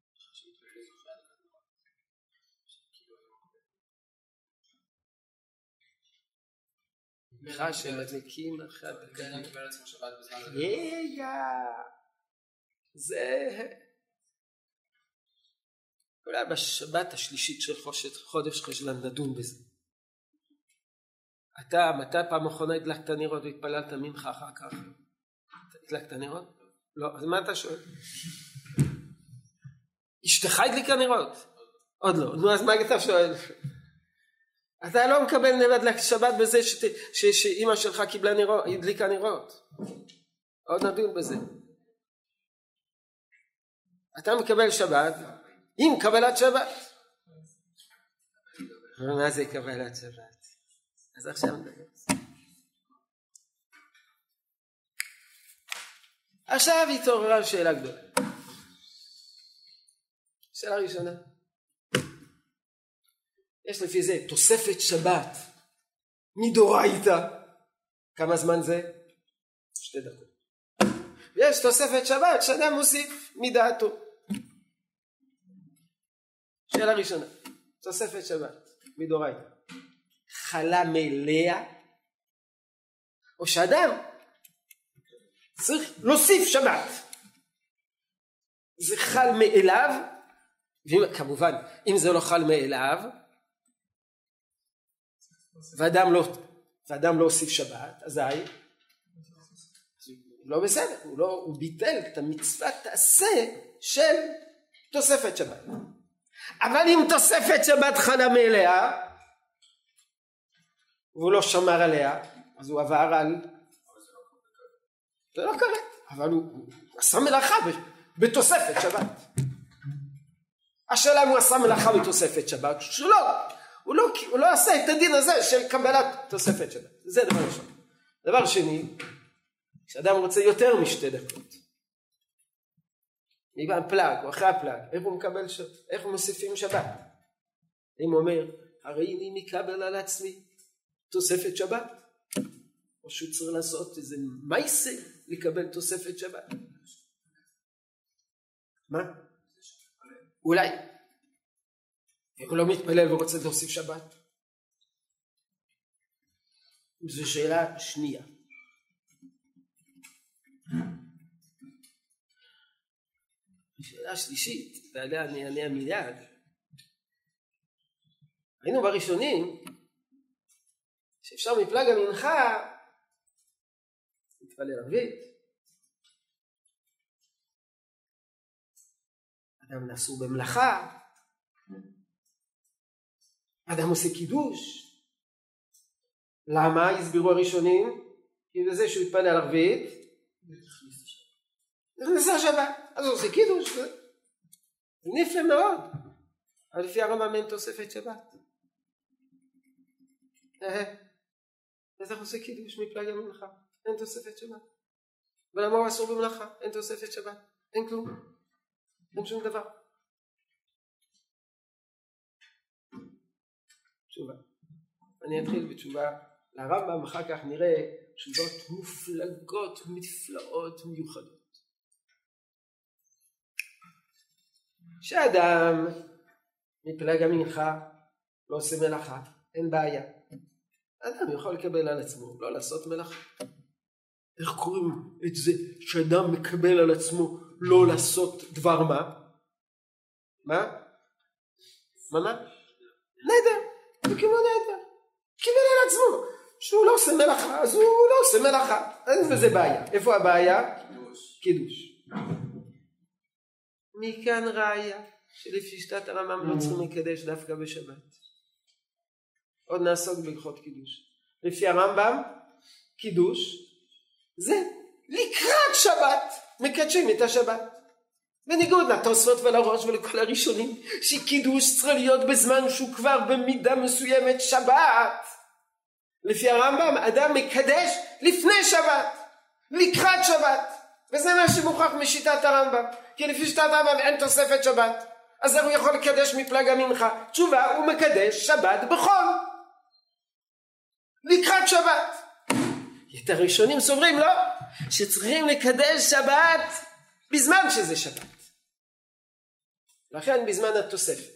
ממך שמדליקים אחד דקה. רגע. זה... אולי בשבת השלישית של חודש חשלן נדון בזה. אתה, מתי פעם אחרונה הדלקת נרות והתפללת מנחה אחר כך? הדלקת נרות? לא, אז מה אתה שואל? אשתך הדליקה נרות? עוד לא. נו, אז מה אתה שואל? אתה לא מקבל נבד לשבת בזה שאמא שלך קיבלה נרות, הדליקה נרות. עוד נדון בזה. אתה מקבל שבת עם קבלת שבת. מה זה קבלת שבת? אז עכשיו נדבר. עכשיו התעוררה שאלה גדולה. שאלה ראשונה. יש לפי זה תוספת שבת מדאורייתא. כמה זמן זה? 2 דקות. ויש תוספת שבת שאדם מוסיף מדעתו. שאלה ראשונה. תוספת שבת מדאורייתא. חלה מלאה או שאדם צריך להוסיף שבת. זה חל מאליו, וכמובן אם זה לא חל מאליו ואדם לא הוסיף שבת, אזי לא בסדר, הוא ביטל את המצוות תעשה של תוספת שבת. אבל אם תוספת שבת חלה מאליה והוא לא שמר עליה, אז הוא עבר על, זה לא קרה, אבל הוא עשה מלאכה בתוספת שבת. השאלה אם הוא עשה מלאכה בתוספת שבת, הוא לא עשה את הדין הזה של קבלת תוספת שבת. זה דבר ראשון. דבר שני, כשאדם רוצה יותר מ2 דקות, מבען פלאג או אחרי הפלאג, איך הוא מקבל שבת? איך הוא מוסיפים שבת? אם הוא אומר, הרי אני מקבל על עצמי תוספת שבת, או שהוא צריך לעשות איזה מייסה לקבל תוספת שבת. מה? אולי. הוא לא מתפלל ורוצה להוסיף שבת. זו שאלה שנייה. שאלה שלישית, ועליה אני אענה מיד. היינו בראשונים שאפשר מפלג המנחה להתפלל ערבית. אדם נשוא במלאכה, אדם עושה קידוש. למה? הסבירו הראשונים, כי בזה שהוא התפלל ערבית נכנס לשבת, אז הוא עושה קידוש, זה נפלא מאוד. אבל לפי הרמב"ם אין תוספת שבת. אז אנחנו עושה קידוש מפלג המנחה, אין תוספת שבת. ולמה הוא אסור במלאכה? אין תוספת שבת, אין כלום, אין שום דבר. תשובה. אני אתחיל בתשובה לרמב"ם, אחר כך נראה תשובות מופלגות, נפלאות, מיוחדות. שאדם מפלג המנחה לא עושה מלאכה, אין בעיה. אדם יכול לקבל על עצמו, לא לעשות מלאכה. איך קוראים את זה שאדם מקבל על עצמו לא לעשות דבר מה? מה? נדר. הוא כמו נדר. קיבל על עצמו. שהוא לא עושה מלאכה, אז הוא לא עושה מלאכה. אין בזה בעיה. איפה הבעיה? קידוש. מכאן ראיה שלפי שיטת הרמב"ם לא צריכים לקדש דווקא בשבת. עוד נעסוק בהלכות קידוש. לפי הרמב"ם קידוש זה לקראת שבת מקדשים את השבת. בניגוד לתוספות ולראש ולכל הראשונים שקידוש צריך להיות בזמן שהוא כבר במידה מסוימת שבת. לפי הרמב"ם אדם מקדש לפני שבת, לקראת שבת, וזה מה שמוכח משיטת הרמב"ם. כי לפי שיטת הרמב"ם אין תוספת שבת, אז הוא יכול לקדש מפלג המנחה. תשובה, הוא מקדש שבת בחול לקראת שבת. את הראשונים סוברים לא, שצריכים לקדש שבת בזמן שזה שבת, לכן בזמן התוספת.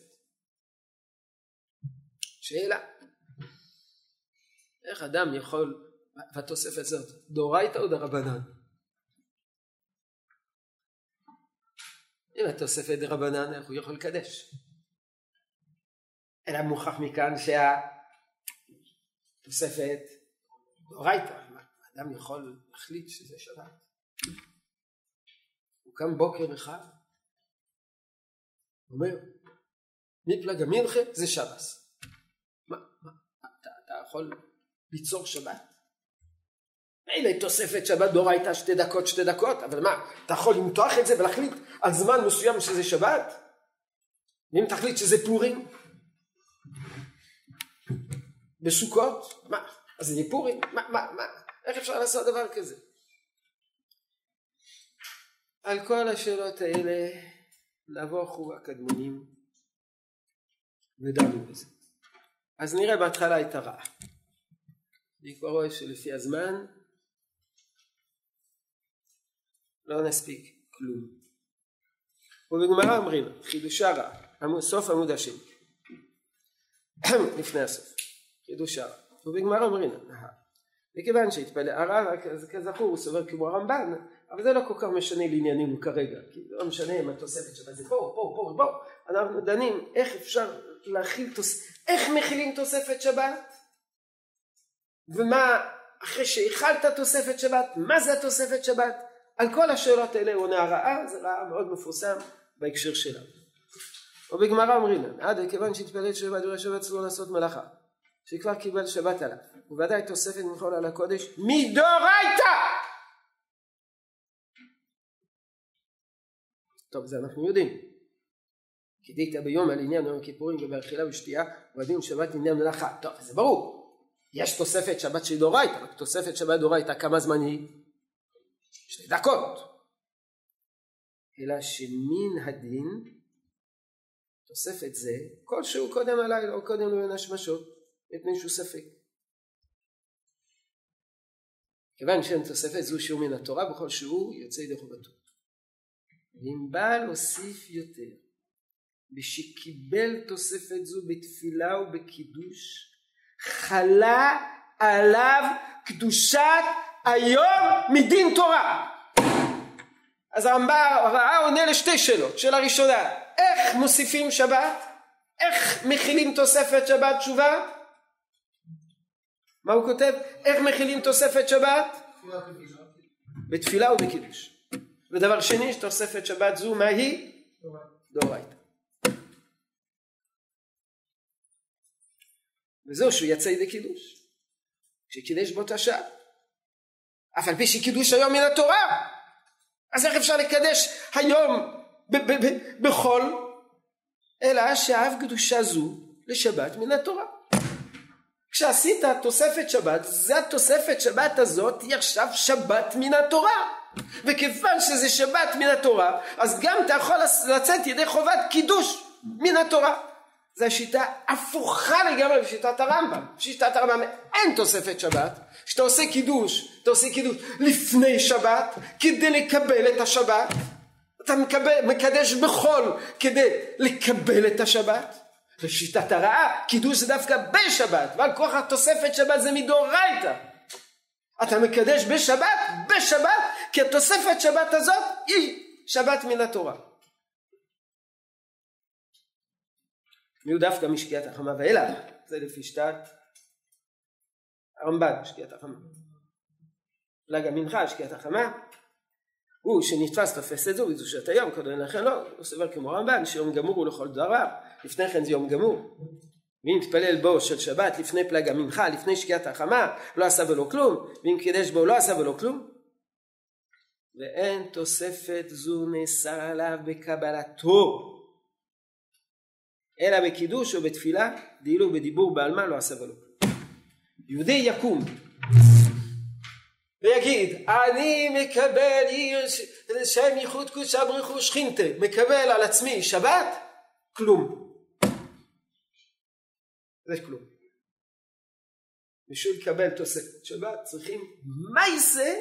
שאלה, איך אדם יכול בתוספת זאת דאורייתא או דרבנן? אם התוספת דרבנן, איך הוא יכול לקדש? אלא מוכח מכאן שהתוספת דאורייתא. אדם יכול להחליט שזה שבת. הוא קם בוקר אחד, אומר, מפלגה מנחה זה שבס. אתה יכול ליצור שבת? מילא תוספת שבת דאורייתא 2 דקות, אבל מה, אתה יכול למתוח את זה ולהחליט על זמן מסוים שזה שבת? ואם תחליט שזה פורים? בסוכות? מה? אז זה פורים? מה? איך אפשר לעשות דבר כזה? על כל השאלות האלה נבוכו הקדמונים ודנו בזה. אז נראה בהתחלה את הרעה. אני כבר רואה שלפי הזמן לא נספיק כלום. ובגמרא אומרים חידושה רעה, סוף עמוד השני לפני הסוף, חידושה רעה. ובגמרא אומרים וכיוון שהתפלא הרע, כזכור הוא סובר כמו הרמב"ן, אבל זה לא כל כך משנה לענייננו כרגע, כי זה לא משנה אם התוספת שבת זה פה, אנחנו דנים איך אפשר להכיל איך מכילים תוספת שבת, ומה אחרי שהכלת תוספת שבת, מה זה התוספת שבת? על כל השאלות האלה עונה הרעה, זה רעה מאוד מפורסם בהקשר שלנו. ובגמרא אומרים עד כיוון שהתפלל שבת דברי שבת אסור לעשות מלאכה, שכבר קיבל שבת עליו, וודאי תוספת מכל על הקודש מדאורייתא. טוב, זה אנחנו יודעים. כי דאית ביום על עניין יום הכיפורים ובאכילה ושתייה ובדין שבת עניין מלאכה. טוב, זה ברור. יש תוספת שבת של דאורייתא, רק תוספת שבת דאורייתא כמה זמן היא? 2 דקות. אלא שמין הדין תוספת זה כלשהו קודם הלילה או קודם לבין השמשות, מפני שהוא ספק. כיוון שאין תוספת זו שיעור מן התורה בכל שהוא יוצא ידי חובתו. ואם בא להוסיף יותר ושקיבל תוספת זו בתפילה ובקידוש, חלה עליו קדושת היום מדין תורה. אז הרמב"ם עונה לשתי שאלות. שאלה ראשונה, איך מוסיפים שבת? איך מכילים תוספת שבת תשובה? מה הוא כותב? איך מכילים תוספת שבת? בתפילה ובקידוש. ודבר שני, תוספת שבת זו מה היא? דאורייתא. וזהו שהוא יצא ידי קידוש, שקידש בו את השעה, אף על פי שקידוש היום מן התורה. אז איך אפשר לקדש היום בחול, אלא שאהב קדושה זו לשבת מן התורה. כשעשית תוספת שבת, זה התוספת שבת הזאת היא עכשיו שבת מן התורה, וכיוון שזה שבת מן התורה, אז גם אתה יכול לצאת ידי חובת קידוש מן התורה. זו השיטה הפוכה לגמרי בשיטת הרמב"ם. בשיטת הרמב"ם אין תוספת שבת. כשאתה עושה קידוש, אתה עושה קידוש לפני שבת כדי לקבל את השבת. אתה מקדש בחול כדי לקבל את השבת. בשיטת הרעה קידוש זה דווקא בשבת, ועל כוח התוספת שבת זה מדאורייתא. אתה מקדש בשבת כי התוספת שבת הזאת היא שבת מן התורה. מיהו דווקא משקיעת החמה ואילך, זה לפי שיטת הרמב"ן, שקיעת החמה. פלג המנחה, שקיעת החמה, הוא שנתפס תופס את זו בקדושת היום, קודם לכן לא, הוא סובר כמו הרמב"ן, שיום גמור הוא לכל דבר, לפני כן זה יום גמור. ואם תפלל בו של שבת לפני פלג המנחה, לפני שקיעת החמה, לא עשה ולא כלום, ואם קידש בו לא עשה ולא כלום. ואין תוספת זו נאסר עליו בקבלתו, אלא בקידוש או בתפילה, דאילו בדיבור בעלמא לא עשה ולא כלום. יהודי יקום ויגיד, אני מקבל שם ייחוד קודשא בריך הוא שכינתה, מקבל על עצמי שבת, כלום. זה כלום. בשביל לקבל תוספת שבת צריכים מייסה,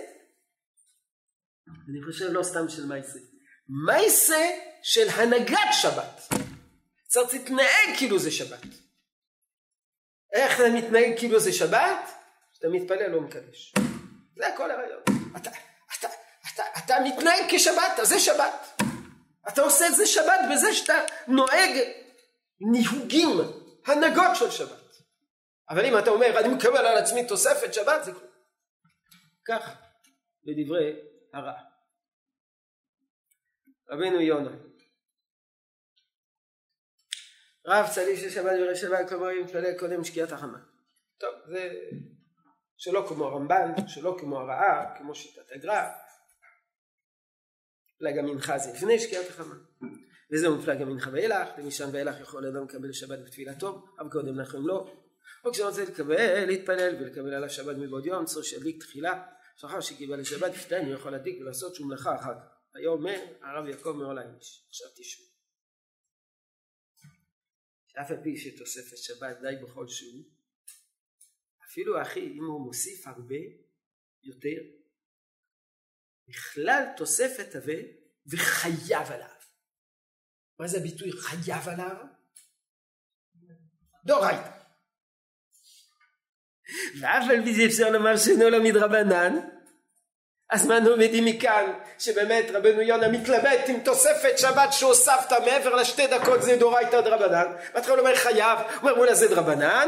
אני חושב לא סתם של מייסה, מייסה של הנהגת שבת. צריך להתנהג כאילו זה שבת. איך אתה מתנהג כאילו זה שבת? כשאתה מתפלל לא מקדש. זה הכל הרעיון. אתה מתנהג כשבת, אז זה שבת. אתה עושה את זה שבת בזה שאתה נוהג ניהוגים, הנהגות של שבת. אבל אם אתה אומר, אני מקבל על עצמי תוספת שבת, זה כלום. כך, בדברי הרע. רבינו יונה. רב צליף של שבת וירא שבת כמוהם כללי קודם שקיעת החמה. טוב, זה שלא כמו הרמב"ן, שלא כמו הרעה, כמו שיטת הגר"א. פלג המנחה זה לפני שקיעת החמה. וזהו מפלג המנחה ואילך, ומשם ואילך יכול אדם לקבל שבת בתפילתו, אבל קודם לכן לא. או כשרוצה להתפלל ולקבל על השבת מבעוד יום, צריך שידליק תחילה, שאחר שקיבל לשבת יפתן, הוא יכול להדליק ולעשות שום מלאכה אחר כך. היום אומר הרב יעקב מעולייניש. עכשיו תשמעו. שאף על פי שתוספת שבת די בכל שהוא, אפילו אחי אם הוא מוסיף הרבה יותר, בכלל תוספת הווה וחייב עליו. מה זה הביטוי חייב עליו? דאורייתא. ואף על פי זה אפשר לומר שאינו לא מדרבנן, אז מה לומדים מכאן שבאמת רבנו יונה מתלבט עם תוספת שבת שהוספת מעבר לשתי דקות זה דאורייתא דרבנן, מתחיל לומר חייב, הוא אומר מולה זה דרבנן,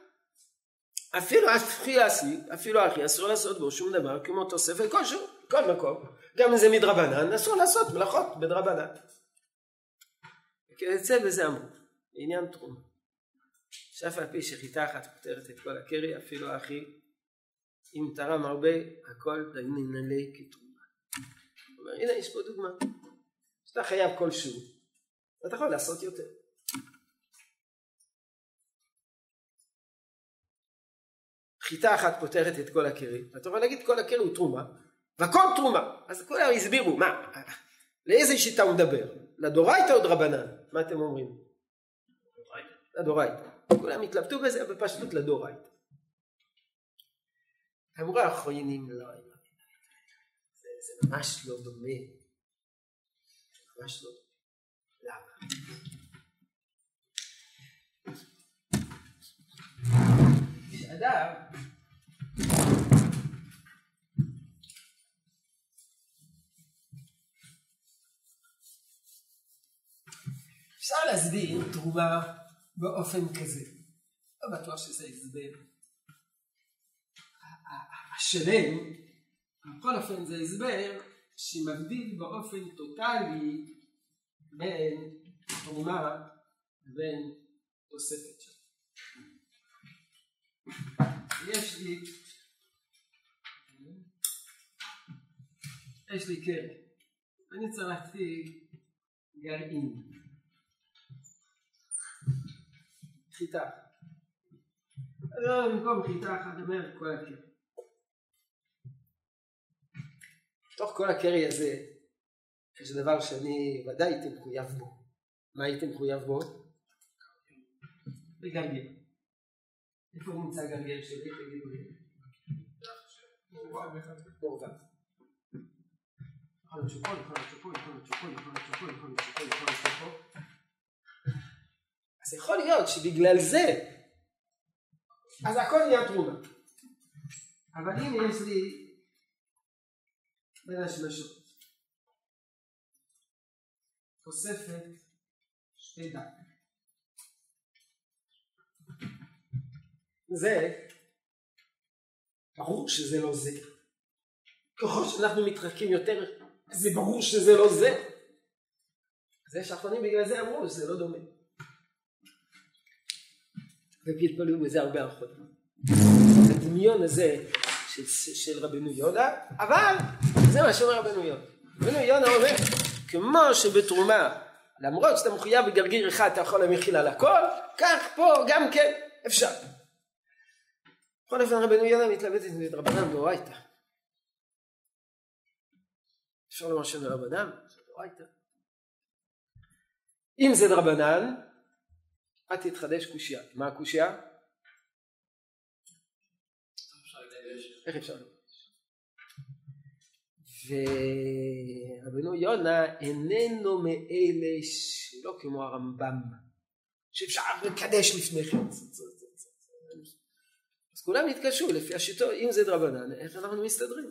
אפילו אחי אסור לעשות בו שום דבר כמו תוספת כלשהו, כל מקום, גם אם זה מדרבנן אסור לעשות מלאכות בדרבנן. וכיוצא בזה אמרו, לעניין תרומה, שאף על פי שחיטה אחת פותרת את כל הקרי, אפילו אחי אם תרם הרבה, הכל די ננעלה כתרומה. הוא אומר, הנה יש פה דוגמה, שאתה חייב כלשהו, ואתה יכול לעשות יותר. חיטה אחת פותרת את כל הקרי, ואתה יכול להגיד כל הקרי הוא תרומה, והכל תרומה. אז כולם הסבירו, מה, לאיזה שיטה הוא מדבר? לדאורייתא או דרבנן? מה אתם אומרים? לדאורייתא. כולם התלבטו בזה, אבל פשוט לדאורייתא. אמרו האחרונים לא, זה ממש לא דומה. ממש לא דומה. למה? כשאדם אפשר להסביר תרומה באופן כזה. לא בטוח שזה הסבר. השלם, בכל אופן זה הסבר שמבדיל באופן טוטלי בין תרומה ובין תוספת שלו. יש לי קרן, אני צריך להציג גרעין, חיטה. במקום חיטה אחת אומר כל הקרי. תוך כל הקרי הזה יש דבר שאני ודאי הייתי מחויב בו. מה הייתי מחויב בו? בגרגל. איפה נמצא גרגל שלי? תגידו לי. מעורבב. יכול להיות שפה, יכול להיות שפה, יכול להיות שפה, יכול להיות שפה, יכול להיות שפה, יכול להיות שפה. אז יכול להיות שבגלל זה אז הכל נהיה תרומה. אבל הנה יש לי בין השמשות תוספת שתי דק. זה ברור שזה לא זה. ככל שאנחנו מתרחקים יותר זה ברור שזה לא זה. אז יש אחרונים בגלל זה אמרו שזה לא דומה. ופלפלו בזה הרבה ארוחות. הדמיון הזה של רבנו יונה, אבל זה מה שאומר רבנו יונה. רבנו יונה אומר, כמו שבתרומה, למרות שאתה מחויב בגרגיר אחד, אתה יכול להמחיל על הכל, כך פה גם כן אפשר. בכל אופן רבנו יונה מתלבטת עם דרבנן דאורייתא. אפשר לומר שדרבנן, דאורייתא. אם זה דרבנן, את תתחדש קושיה. מה הקושיה? איך אפשר לדש? ורבנו יונה איננו מאלה שלא כמו הרמב"ם שאפשר לקדש לפני כן. אז כולם התקשו לפי השיטות, אם זה דרבנן, איך אנחנו מסתדרים?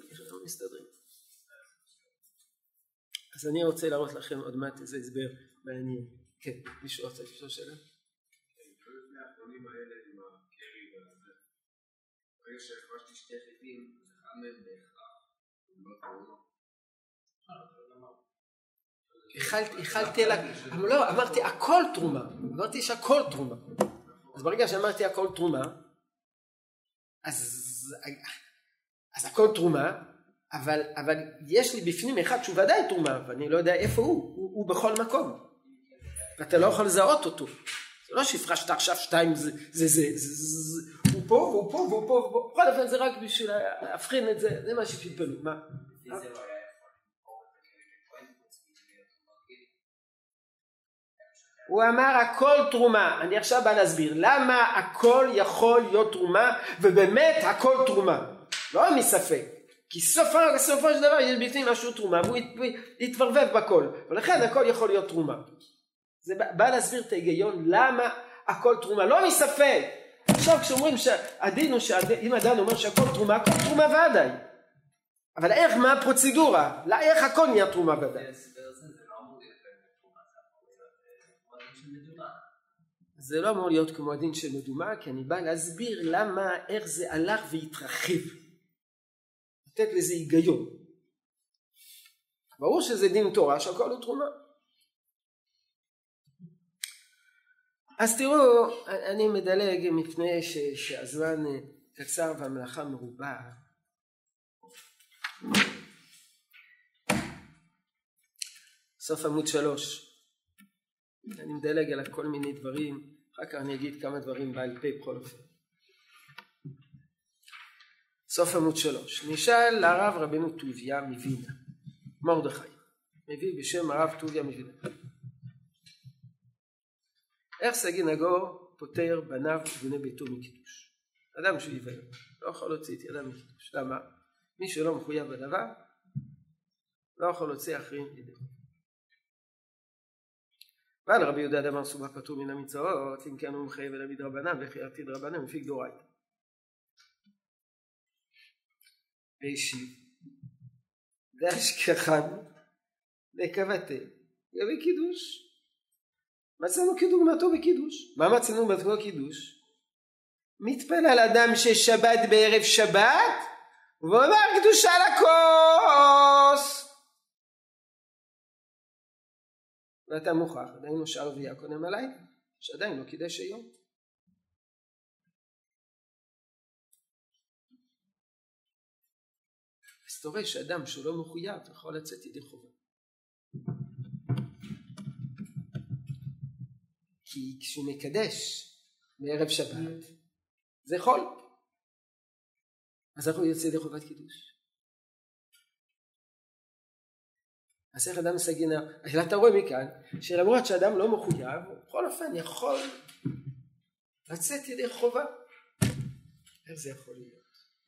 אז אני רוצה להראות לכם עוד מעט איזה הסבר מעניין. כן, מישהו רוצה לשאול שאלה? האחרונים האלה עם הקרי והזה, ברגע שהפרשתי שתי חיטים, אז אחד מהם בהכרח, הוא לא תרומה. איחלתי אליי, אבל לא, אמרתי הכל תרומה, אמרתי שהכל תרומה. אז ברגע שאמרתי הכל תרומה, אז הכל תרומה, אבל יש לי בפנים אחד שהוא ודאי תרומה, ואני לא יודע איפה הוא בכל מקום. ואתה לא יכול לזהות אותו. זה לא שהפרשת עכשיו שתיים, הוא פה, והוא פה, והוא פה, והוא פה. בכל אופן זה רק בשביל להבחין את זה, זה מה שפלפלו. מה? הוא אמר הכל תרומה. אני עכשיו בא להסביר למה הכל יכול להיות תרומה, ובאמת הכל תרומה. לא מספק. כי סופו של דבר יש בפנים משהו תרומה, והוא יתברבב בכל. ולכן הכל יכול להיות תרומה. זה בא להסביר את ההיגיון למה הכל תרומה. לא מספק. עכשיו כשאומרים שהדין הוא אם אדם אומר שהכל תרומה, הכל תרומה ודאי. אבל איך, מה הפרוצדורה? איך הכל נהיה תרומה ודאי? זה לא אמור להיות כמו הדין של מדומה, כי אני בא להסביר למה, איך זה הלך והתרחב. לתת לזה היגיון. ברור שזה דין תורה שהכל הוא תרומה. אז תראו, אני מדלג מפני שהזמן קצר והמלאכה מרובה. סוף עמוד 3. אני מדלג על כל מיני דברים, אחר כך אני אגיד כמה דברים בעל פה בכל אופן. סוף עמוד 3. נשאל לרב רבנו טוביה מווינה, מרדכי, מביא בשם הרב טוביה מווינה. איך סגי נגור פותר בניו ובני ביתו מקידוש? אדם שהוא עיוור, לא יכול להוציא את ידם מקידוש. למה? מי שלא מחויב בדבר, לא יכול להוציא אחרים ידיו. ועל רבי יהודה דאמר סובה פטור מן המצוות, אם כן הוא מחייב אלא מדרבנן וכי עתיד רבנן מפיק דאורייתא. והשיב דאשכחן לקבטה לגבי קידוש. מצאנו כדוגמתו בקידוש. מה מצאנו בקידוש? מתפלל אדם ששבת בערב שבת ואומר קדושה לכוס. ואתה מוכח, עדיין לא שער רביעה קודם עליי, שעדיין לא קידש היום. אז אתה רואה שאדם שהוא לא מחויב יכול לצאת ידי חובה. כי כשהוא מקדש בערב שבת זה חול, אז איך הוא יוצא ידי חובת קידוש? אז איך אדם סגינה, אתה רואה מכאן שלמרות שאדם לא מחויב, בכל אופן יכול לצאת ידי חובה. איך זה יכול להיות?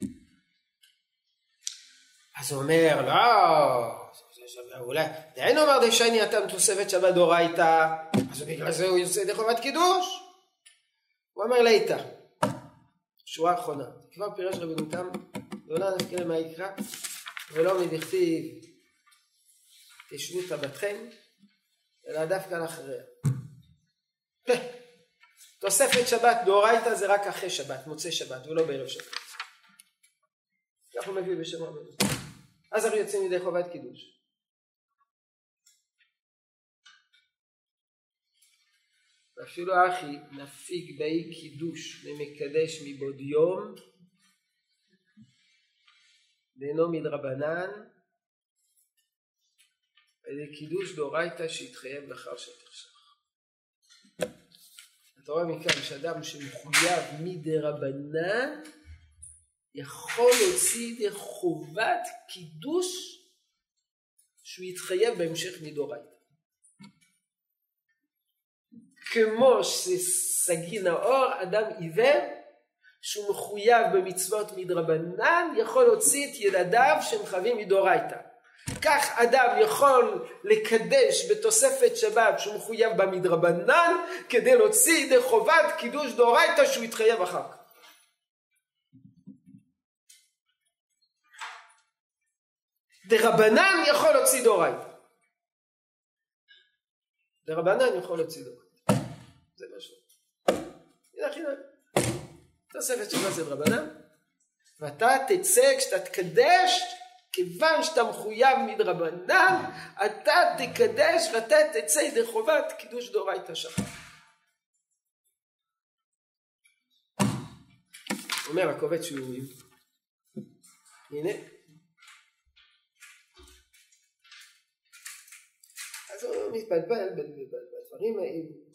אז הוא אומר, לא, אולי, דהיינו אומר דשני אתם תוספת שבת דאורייתא, אז בגלל זה הוא יוצא ידי חובת קידוש. הוא אומר לאיתה, שורה אחרונה, כבר פירש רבנו תם, לא נפקא למה יקרא, ולא מדכתיב תשבו את בתכם, אלא דווקא לאחריה. תוספת שבת דאורייתא זה רק אחרי שבת, מוצאי שבת, ולא בערב שבת. כך הוא מביא בשם רבנו. אז אנחנו יוצאים ידי חובת קידוש. ואפילו אחי נפיק באי קידוש ומקדש מבעוד יום, ואינו מדרבנן, על קידוש דאורייתא שהתחייב לאחר שתחשך. אתה רואה מכאן שאדם שמחויב מדרבנן יכול להוציא ידי חובת קידוש שהוא יתחייב בהמשך מדאורייתא. כמו שסגי נאור, אדם עיוור שהוא מחויב במצוות מדרבנן יכול להוציא את ילדיו שהם חייבים מדאורייתא. כך אדם יכול לקדש בתוספת שבת שהוא מחויב במדרבנן כדי להוציא ידי חובת קידוש דאורייתא שהוא יתחייב אחר כך. דרבנן יכול להוציא דאורייתא. דרבנן יכול להוציא דאורייתא. זה משהו. זה הכי נעים. תוספת שבת זה דרבנן. ואתה תצא כשאתה תקדש כיוון שאתה מחויב מדרבנן, אתה תקדש ואתה תצא ידי חובת קידוש דאורייתא שחר. אומר הקובץ שיעורים, הנה, אז הוא מתבלבל בדברים האלה.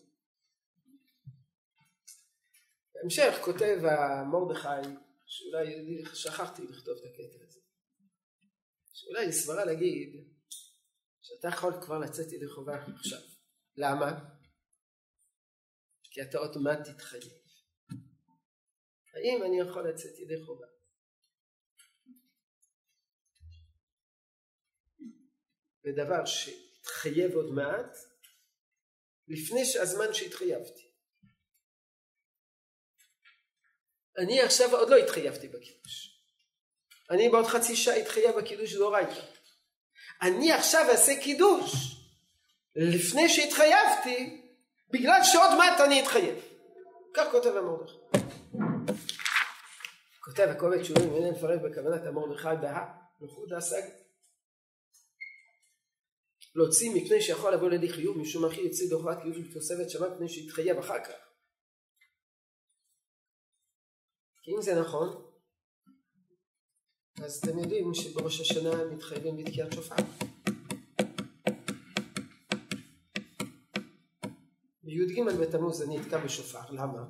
בהמשך כותב המרדכי, שאולי שכחתי לכתוב את הקטע הזה, שאולי היא סברה להגיד שאתה יכול כבר לצאת ידי חובה עכשיו. למה? כי אתה אוטומט תתחייב. האם אני יכול לצאת ידי חובה? בדבר שהתחייב עוד מעט לפני הזמן שהתחייבתי. אני עכשיו עוד לא התחייבתי בקידוש. אני בעוד חצי שעה התחייב בקידוש דאורייתא. אני עכשיו אעשה קידוש לפני שהתחייבתי, בגלל שעוד מעט אני אתחייב. כך כותב המרדכי. כותב הקובץ שיעורים, הנה נפרט בכוונת המרדכי נוחות ההשג. להוציא מפני שיכול לבוא לידי חיוב, משום אחי יוצא דוחת קידוש בתוספת שבת מפני שהתחייב אחר כך. כי אם זה נכון, אז אתם יודעים שבראש השנה מתחייבים בתקיעת שופר. בי"ג בתמוז אני אתקע בשופר. למה?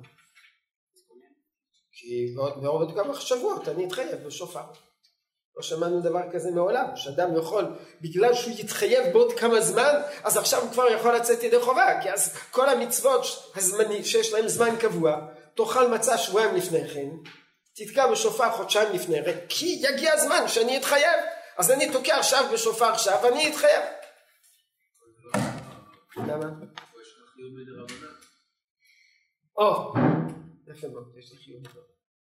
כי בעוד כמה שבועות אני אתחייב בשופר. לא שמענו דבר כזה מעולם, שאדם יכול, בגלל שהוא יתחייב בעוד כמה זמן, אז עכשיו הוא כבר יכול לצאת ידי חובה, כי אז כל המצוות הזמני, שיש להם זמן קבוע, תאכל מצה שבועיים לפני כן, תתקע בשופר חודשיים לפני כן, כי יגיע הזמן שאני אתחייב, אז אני תוקע עכשיו בשופר עכשיו, ואני אתחייב. למה? יש לך חיוב מדרבנן. או, יפה מאוד, יש לי חיוב מדרבנן.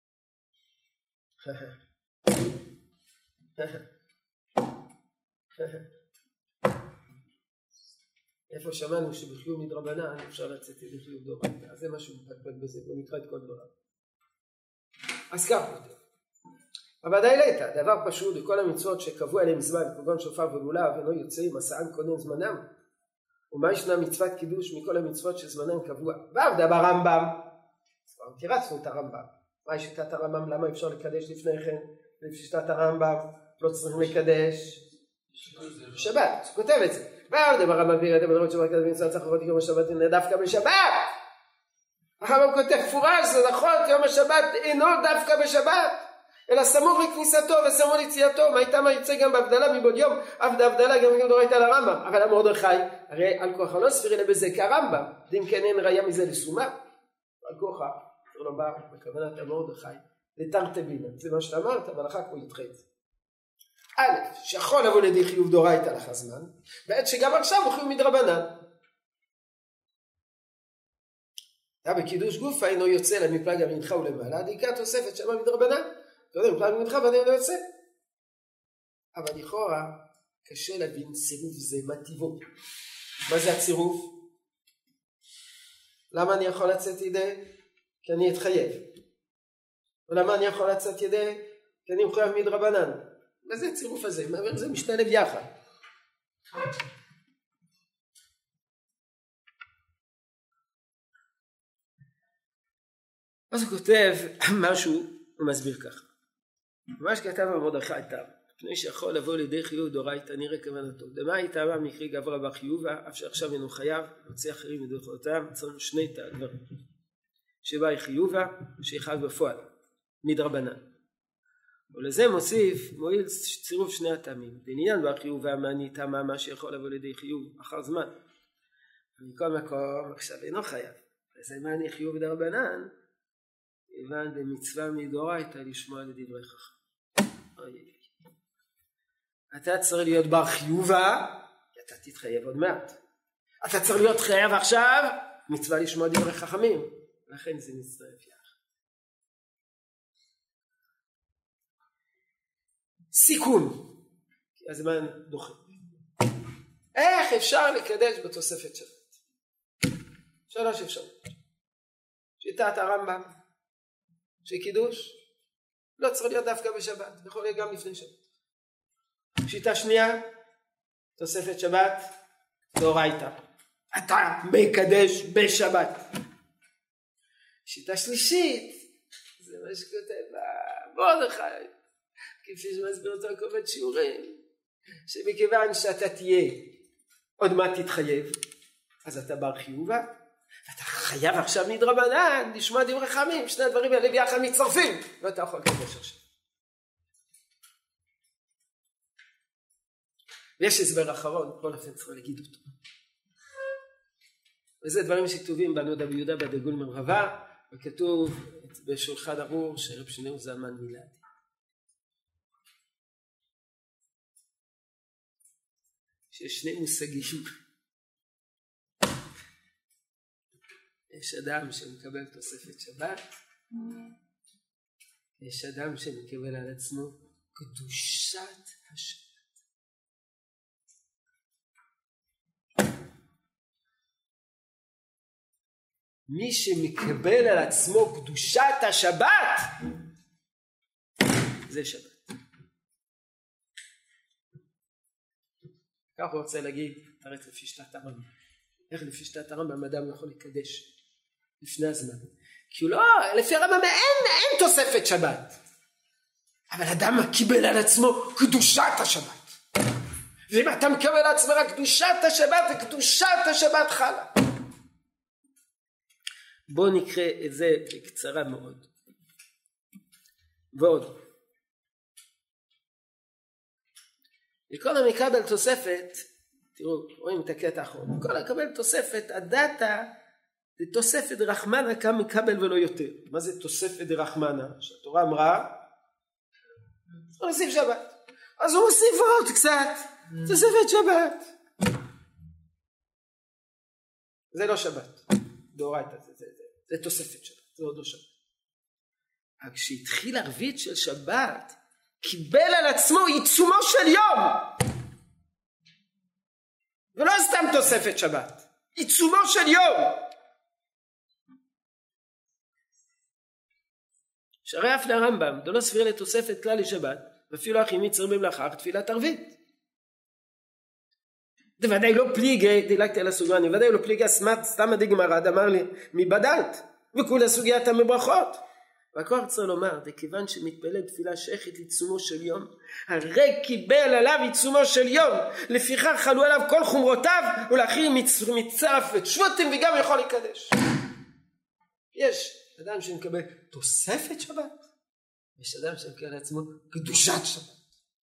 איפה שמענו שבחיוב מדרבנן אפשר לצאת ידי חיוב דאורייתא, אז זה משהו מתקבל בזה, בוא נקרא את כל דבריו. אז כך כותב, אבל די ליתא, דבר פשוט, לכל המצוות שקבעו עליהם זמן, כגון שופר ולולב, ולא יוצאים מסען קודם זמנם, ומה ישנה מצוות קידוש מכל המצוות שזמנם קבוע? ועבדה ברמב"ם, כבר תירצנו את הרמב"ם, מה שיטת הרמב"ם, למה אפשר לקדש לפני כן, לפשיטת הרמב"ם, לא צריכים לקדש שבת, הוא כותב את זה. ועבדה ברמב"ם וירדה בדרות שבת כתב במצוות צחרות יום השבת דווקא בשבת. הרמב"ם כותב פורש, זה נכון, יום השבת אינו דווקא בשבת, אלא סמוך לכניסתו וסמוך ליציאתו, מה הייתה מה יוצא גם בהבדלה מבעוד יום, הבדלה גם דאורייתא לרמב"ם. אבל המרדכי, הרי על כוחה לא סביר אלא בזה כרמב"ם, אם כן אין ראיה מזה לסומה. על כוחה, צריך לומר, בכוונת המרדכי, לתרתי בינה, זה מה שאתה אמרת, אבל אחר כך הוא ידחה את זה. א', שיכול לבוא לידי חיוב דאורייתא לך הזמן, בעת שגם עכשיו הוא חיוב מדרבנן. בקידוש גופה אינו יוצא לה מפלג המנחה ולמעלה, דיקה תוספת שמה מדרבנן, אתה יודע, מפלג המנחה ועדיין לא יוצא. אבל לכאורה קשה להבין צירוף זה, מה טיבו. מה זה הצירוף? למה אני יכול לצאת ידי? כי אני אתחייב. ולמה אני יכול לצאת ידי? כי אני מחויב מדרבנן. מה זה הצירוף הזה? זה משתלב יחד. אז הוא כותב משהו, הוא מסביר ככה. מה שכתב המרדכי טעם, לפני שיכול לבוא לידי חיוב דאורייתא נראה כוונתו. דמה היא טעמה מקרי גברא בחיובה, אף שעכשיו אינו חייב, להוציא אחרים מדרכותיהם, צריך שני דברים. שבה היא חיובה, שיחד בפועל, מדרבנן. ולזה מוסיף, מועיל צירוף שני הטעמים. בעניין בחיובה, מה אני טעמה, מה שיכול לבוא לידי חיוב, אחר זמן. ומכל מקום, עכשיו אינו חייב. וזה מה אני חיוב דרבנן, כיוון במצווה מדאורייתא לשמוע לדברי חכם. אתה צריך להיות בר חיובה, אתה תתחייב עוד מעט. אתה צריך להיות חייב עכשיו, מצווה לשמוע דברי חכמים. לכן זה מצטרף יחד. סיכום, כי הזמן דוחה. איך אפשר לקדש בתוספת שבת? 3 אפשרויות. שיטת הרמב"ם, שקידוש לא צריך להיות דווקא בשבת, יכול להיות גם לפני שבת. שיטה שנייה, תוספת שבת, דאורייתא. אתה מקדש בשבת. שיטה שלישית, זה מה שכותב מרדכי, כפי שמסביר אותו הקובץ שיעורים, שמכיוון שאתה תהיה, עוד מה תתחייב, אז אתה בר חיובה, ואתה חייב עכשיו מדרבנן, לשמוע דברי חכמים, שני הדברים האלה ביחד מצטרפים, ואתה יכול לקדש עכשיו. ויש הסבר אחרון, כל אופן צריך להגיד אותו. וזה דברים שכתובים בנודע ביהודה בדגול מרבבה, וכתוב בשולחן ערוך שרב שניאור זלמן מילדי. שיש שני מושגים. יש אדם שמקבל תוספת שבת, יש אדם שמקבל על עצמו קדושת השבת. מי שמקבל על עצמו קדושת השבת זה שבת. כך הוא רוצה להגיד, תראה לפי שיטת הרמב"ם. איך לפי שיטת הרמב"ם אדם יכול לקדש לפני הזמן? כי הוא לא, לפי הרמב"ם אין תוספת שבת. אבל אדם קיבל על עצמו קדושת השבת. ואם אתה מקבל על עצמך קדושת השבת, וקדושת השבת חלה. בואו נקרא את זה בקצרה מאוד. ועוד. וכל המקבל תוספת, תראו, רואים את הקטע האחרון, כל המקבל תוספת, הדאטה זה תוספת דרחמנה כמה מקבל ולא יותר. מה זה תוספת דרחמנה? שהתורה אמרה, הוא מוסיף שבת. אז הוא מוסיף עוד קצת, תוספת שבת. זה לא שבת. דאורייתא, זה תוספת שבת, זה עוד לא שבת. אבל כשהתחיל ערבית של שבת, קיבל על עצמו עיצומו של יום. ולא סתם תוספת שבת, עיצומו של יום. שהרי אף לרמב"ם, דלא סביר לתוספת כלל לשבת, ואפילו אחים יצר במלאכה, תפילת ערבית. זה ודאי לא פליגי, דילגתי על הסוגרנים, ודאי לא פליגי סתם הדגמרד, אמר לי, מבדלת, וכולה סוגיית המברכות. והכל צריך לומר, וכיוון שמתפלל תפילה שייכת לעיצומו של יום, הרי קיבל עליו עיצומו של יום, לפיכך חלו עליו כל חומרותיו, ולאחיר מצרף את שבותים וגם יכול לקדש. יש אדם שמקבל תוספת שבת, יש אדם שמקבל לעצמו קדושת שבת.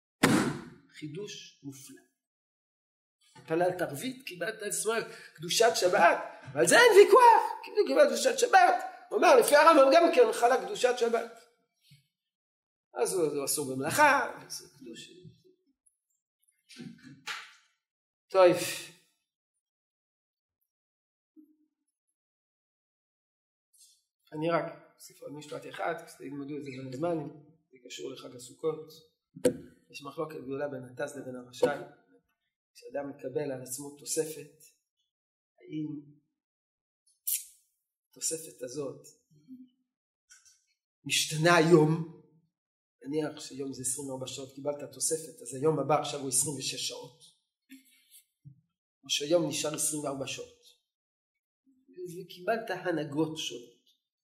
חידוש מופלא. פללת ערבית, קיבלת לעצמו קדושת שבת, ועל זה אין ויכוח, כאילו קיבלת קדושת שבת, הוא אומר לפי הרמב"ם גם כן חלה קדושת שבת. אז הוא אסור במלאכה, זה קדוש. טוב. אני רק אוסיף עוד משפט אחד, כשתלמדו את זה בזמן, זה קשור לחג הסוכות. יש מחלוקת גדולה בין הט"ז לבין הרש"י. כשאדם מקבל על עצמו תוספת, האם התוספת הזאת משתנה היום, נניח שיום זה 24 שעות, קיבלת תוספת, אז היום הבא עכשיו הוא 26 שעות, או שהיום נשאר 24 שעות, וקיבלת הנהגות שונות.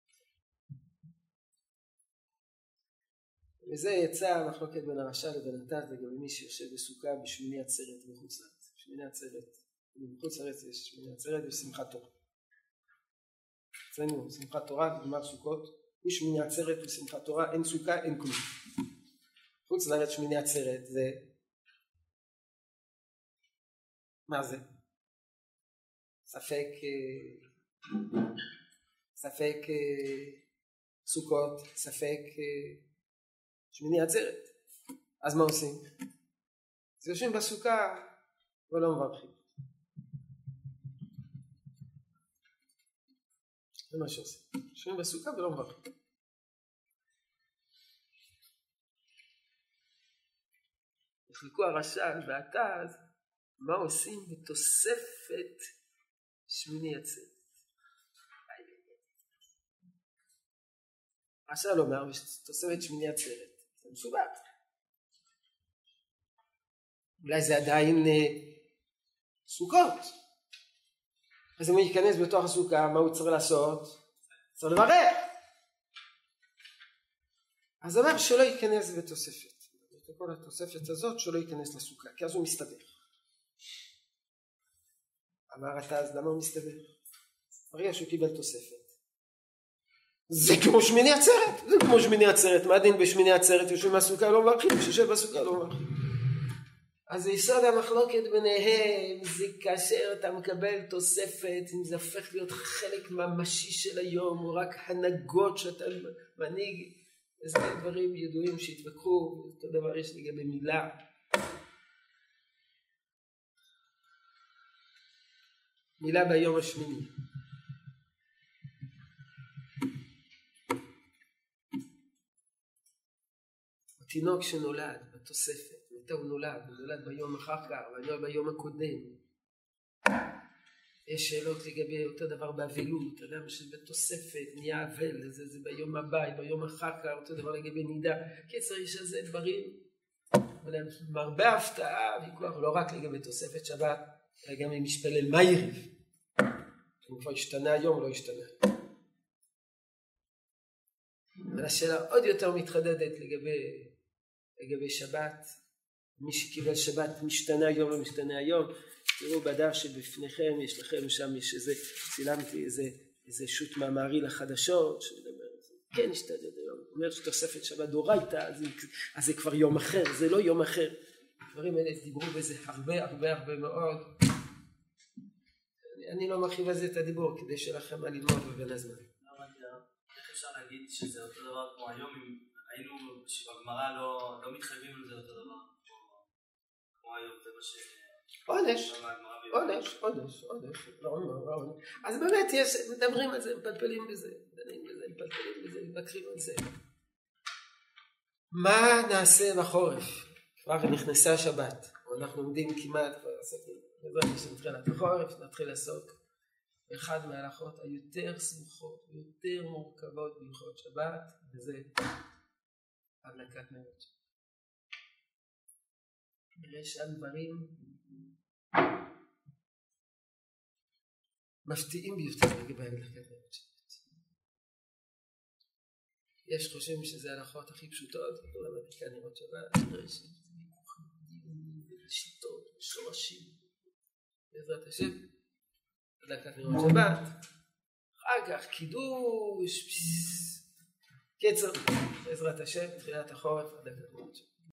וזה יצא מחלוקת בין הרש"י לבין הט"ז לגבי מי שיושב בסוכה בשמיני עצרת מחוץ לארץ. שמיני עצרת, מחוץ לארץ יש שמיני עצרת ושמחת תורה. אצלנו שמחת תורה, גמר סוכות, משמיני עצרת ושמחת תורה, אין סוכה, אין כלום. חוץ לארץ שמיני עצרת זה, מה זה? ספק סוכות, ספק שמיני עצרת. אז מה עושים? אז יושבים בסוכה ולא מברכים. זה מה שעושים. יושבים בסוכה ולא מברכים. החלקו הרש"ל והט"ז מה עושים בתוספת שמיני עצרת. הרש"ל אומר תוספת שמיני עצרת. זה מסובך. אולי זה עדיין סוכות. אז אם הוא ייכנס בתוך הסוכה, מה הוא צריך לעשות? צריך לברך. אז אמר שלא ייכנס בתוספת. כל התוספת הזאת שלא ייכנס לסוכה, כי אז הוא מסתבך. אמר אתה, אז למה הוא מסתבך? הרגע שהוא קיבל תוספת. זה כמו שמיני עצרת. זה כמו שמיני עצרת. מה דין בשמיני עצרת? יושבים בסוכה לא מברכים, שיושב בסוכה לא מברכים. אז זה יסוד המחלוקת ביניהם, זה כאשר אתה מקבל תוספת, אם זה הופך להיות חלק ממשי של היום, או רק הנהגות שאתה מנהיג, זה דברים ידועים שהתווכחו, אותו דבר יש לגבי מילה. מילה ביום השמיני. התינוק שנולד בתוספת, מתי הוא נולד? הוא נולד ביום אחר כך, הוא ביום הקודם. יש שאלות לגבי אותו דבר באבלות, אדם שבתוספת נהיה אבל, זה ביום הבא, ביום אחר כך, אותו דבר לגבי נידה. קיצר, יש על זה דברים, מרבה הפתעה, ויכוח לא רק לגבי תוספת שבת, אלא גם אם ישפלל מה יריב. הוא כבר השתנה היום, לא השתנה. אבל השאלה עוד יותר מתחדדת לגבי שבת. מי שקיבל שבת משתנה היום, לא משתנה היום. תראו בדף שבפניכם, יש לכם שם, יש איזה, צילמתי איזה שוט מאמרי לחדשות, שמדבר על זה. כן, השתדד היום. הוא אומר שתוספת שבת דורייתא, אז זה כבר יום אחר, זה לא יום אחר. הדברים האלה דיברו בזה הרבה מאוד. אני לא מרחיב על זה את הדיבור, כדי שלכם מה ללמוד בבין הזמן. איך אפשר להגיד שזה אותו דבר כמו היום, אם היינו שבגמרא לא מתחייבים על זה אותו דבר, כמו היום, זה מה ש... עונש. אז באמת מדברים על זה, מפלפלים בזה, מתווכחים על זה. מה נעשה בחורף? כבר נכנסה השבת, אנחנו עומדים כמעט, בעזרת השם תחילת החורף, נתחיל לעסוק באחד מההלכות היותר סמוכות, יותר מורכבות בהלכות שבת, וזה הדלקת נרות. נראה שם דברים מפתיעים ביותר לגבי הדלקת נרות שבת. יש חושבים שזה ההלכות הכי פשוטות, לא הדלקת נרות שבת, נראה שיטות, שורשים, בעזרת השם, הדלקת נרות שבת, אחר כך קידוש, קצר, בעזרת השם, תחילת החורף, הדלקת נרות שבת.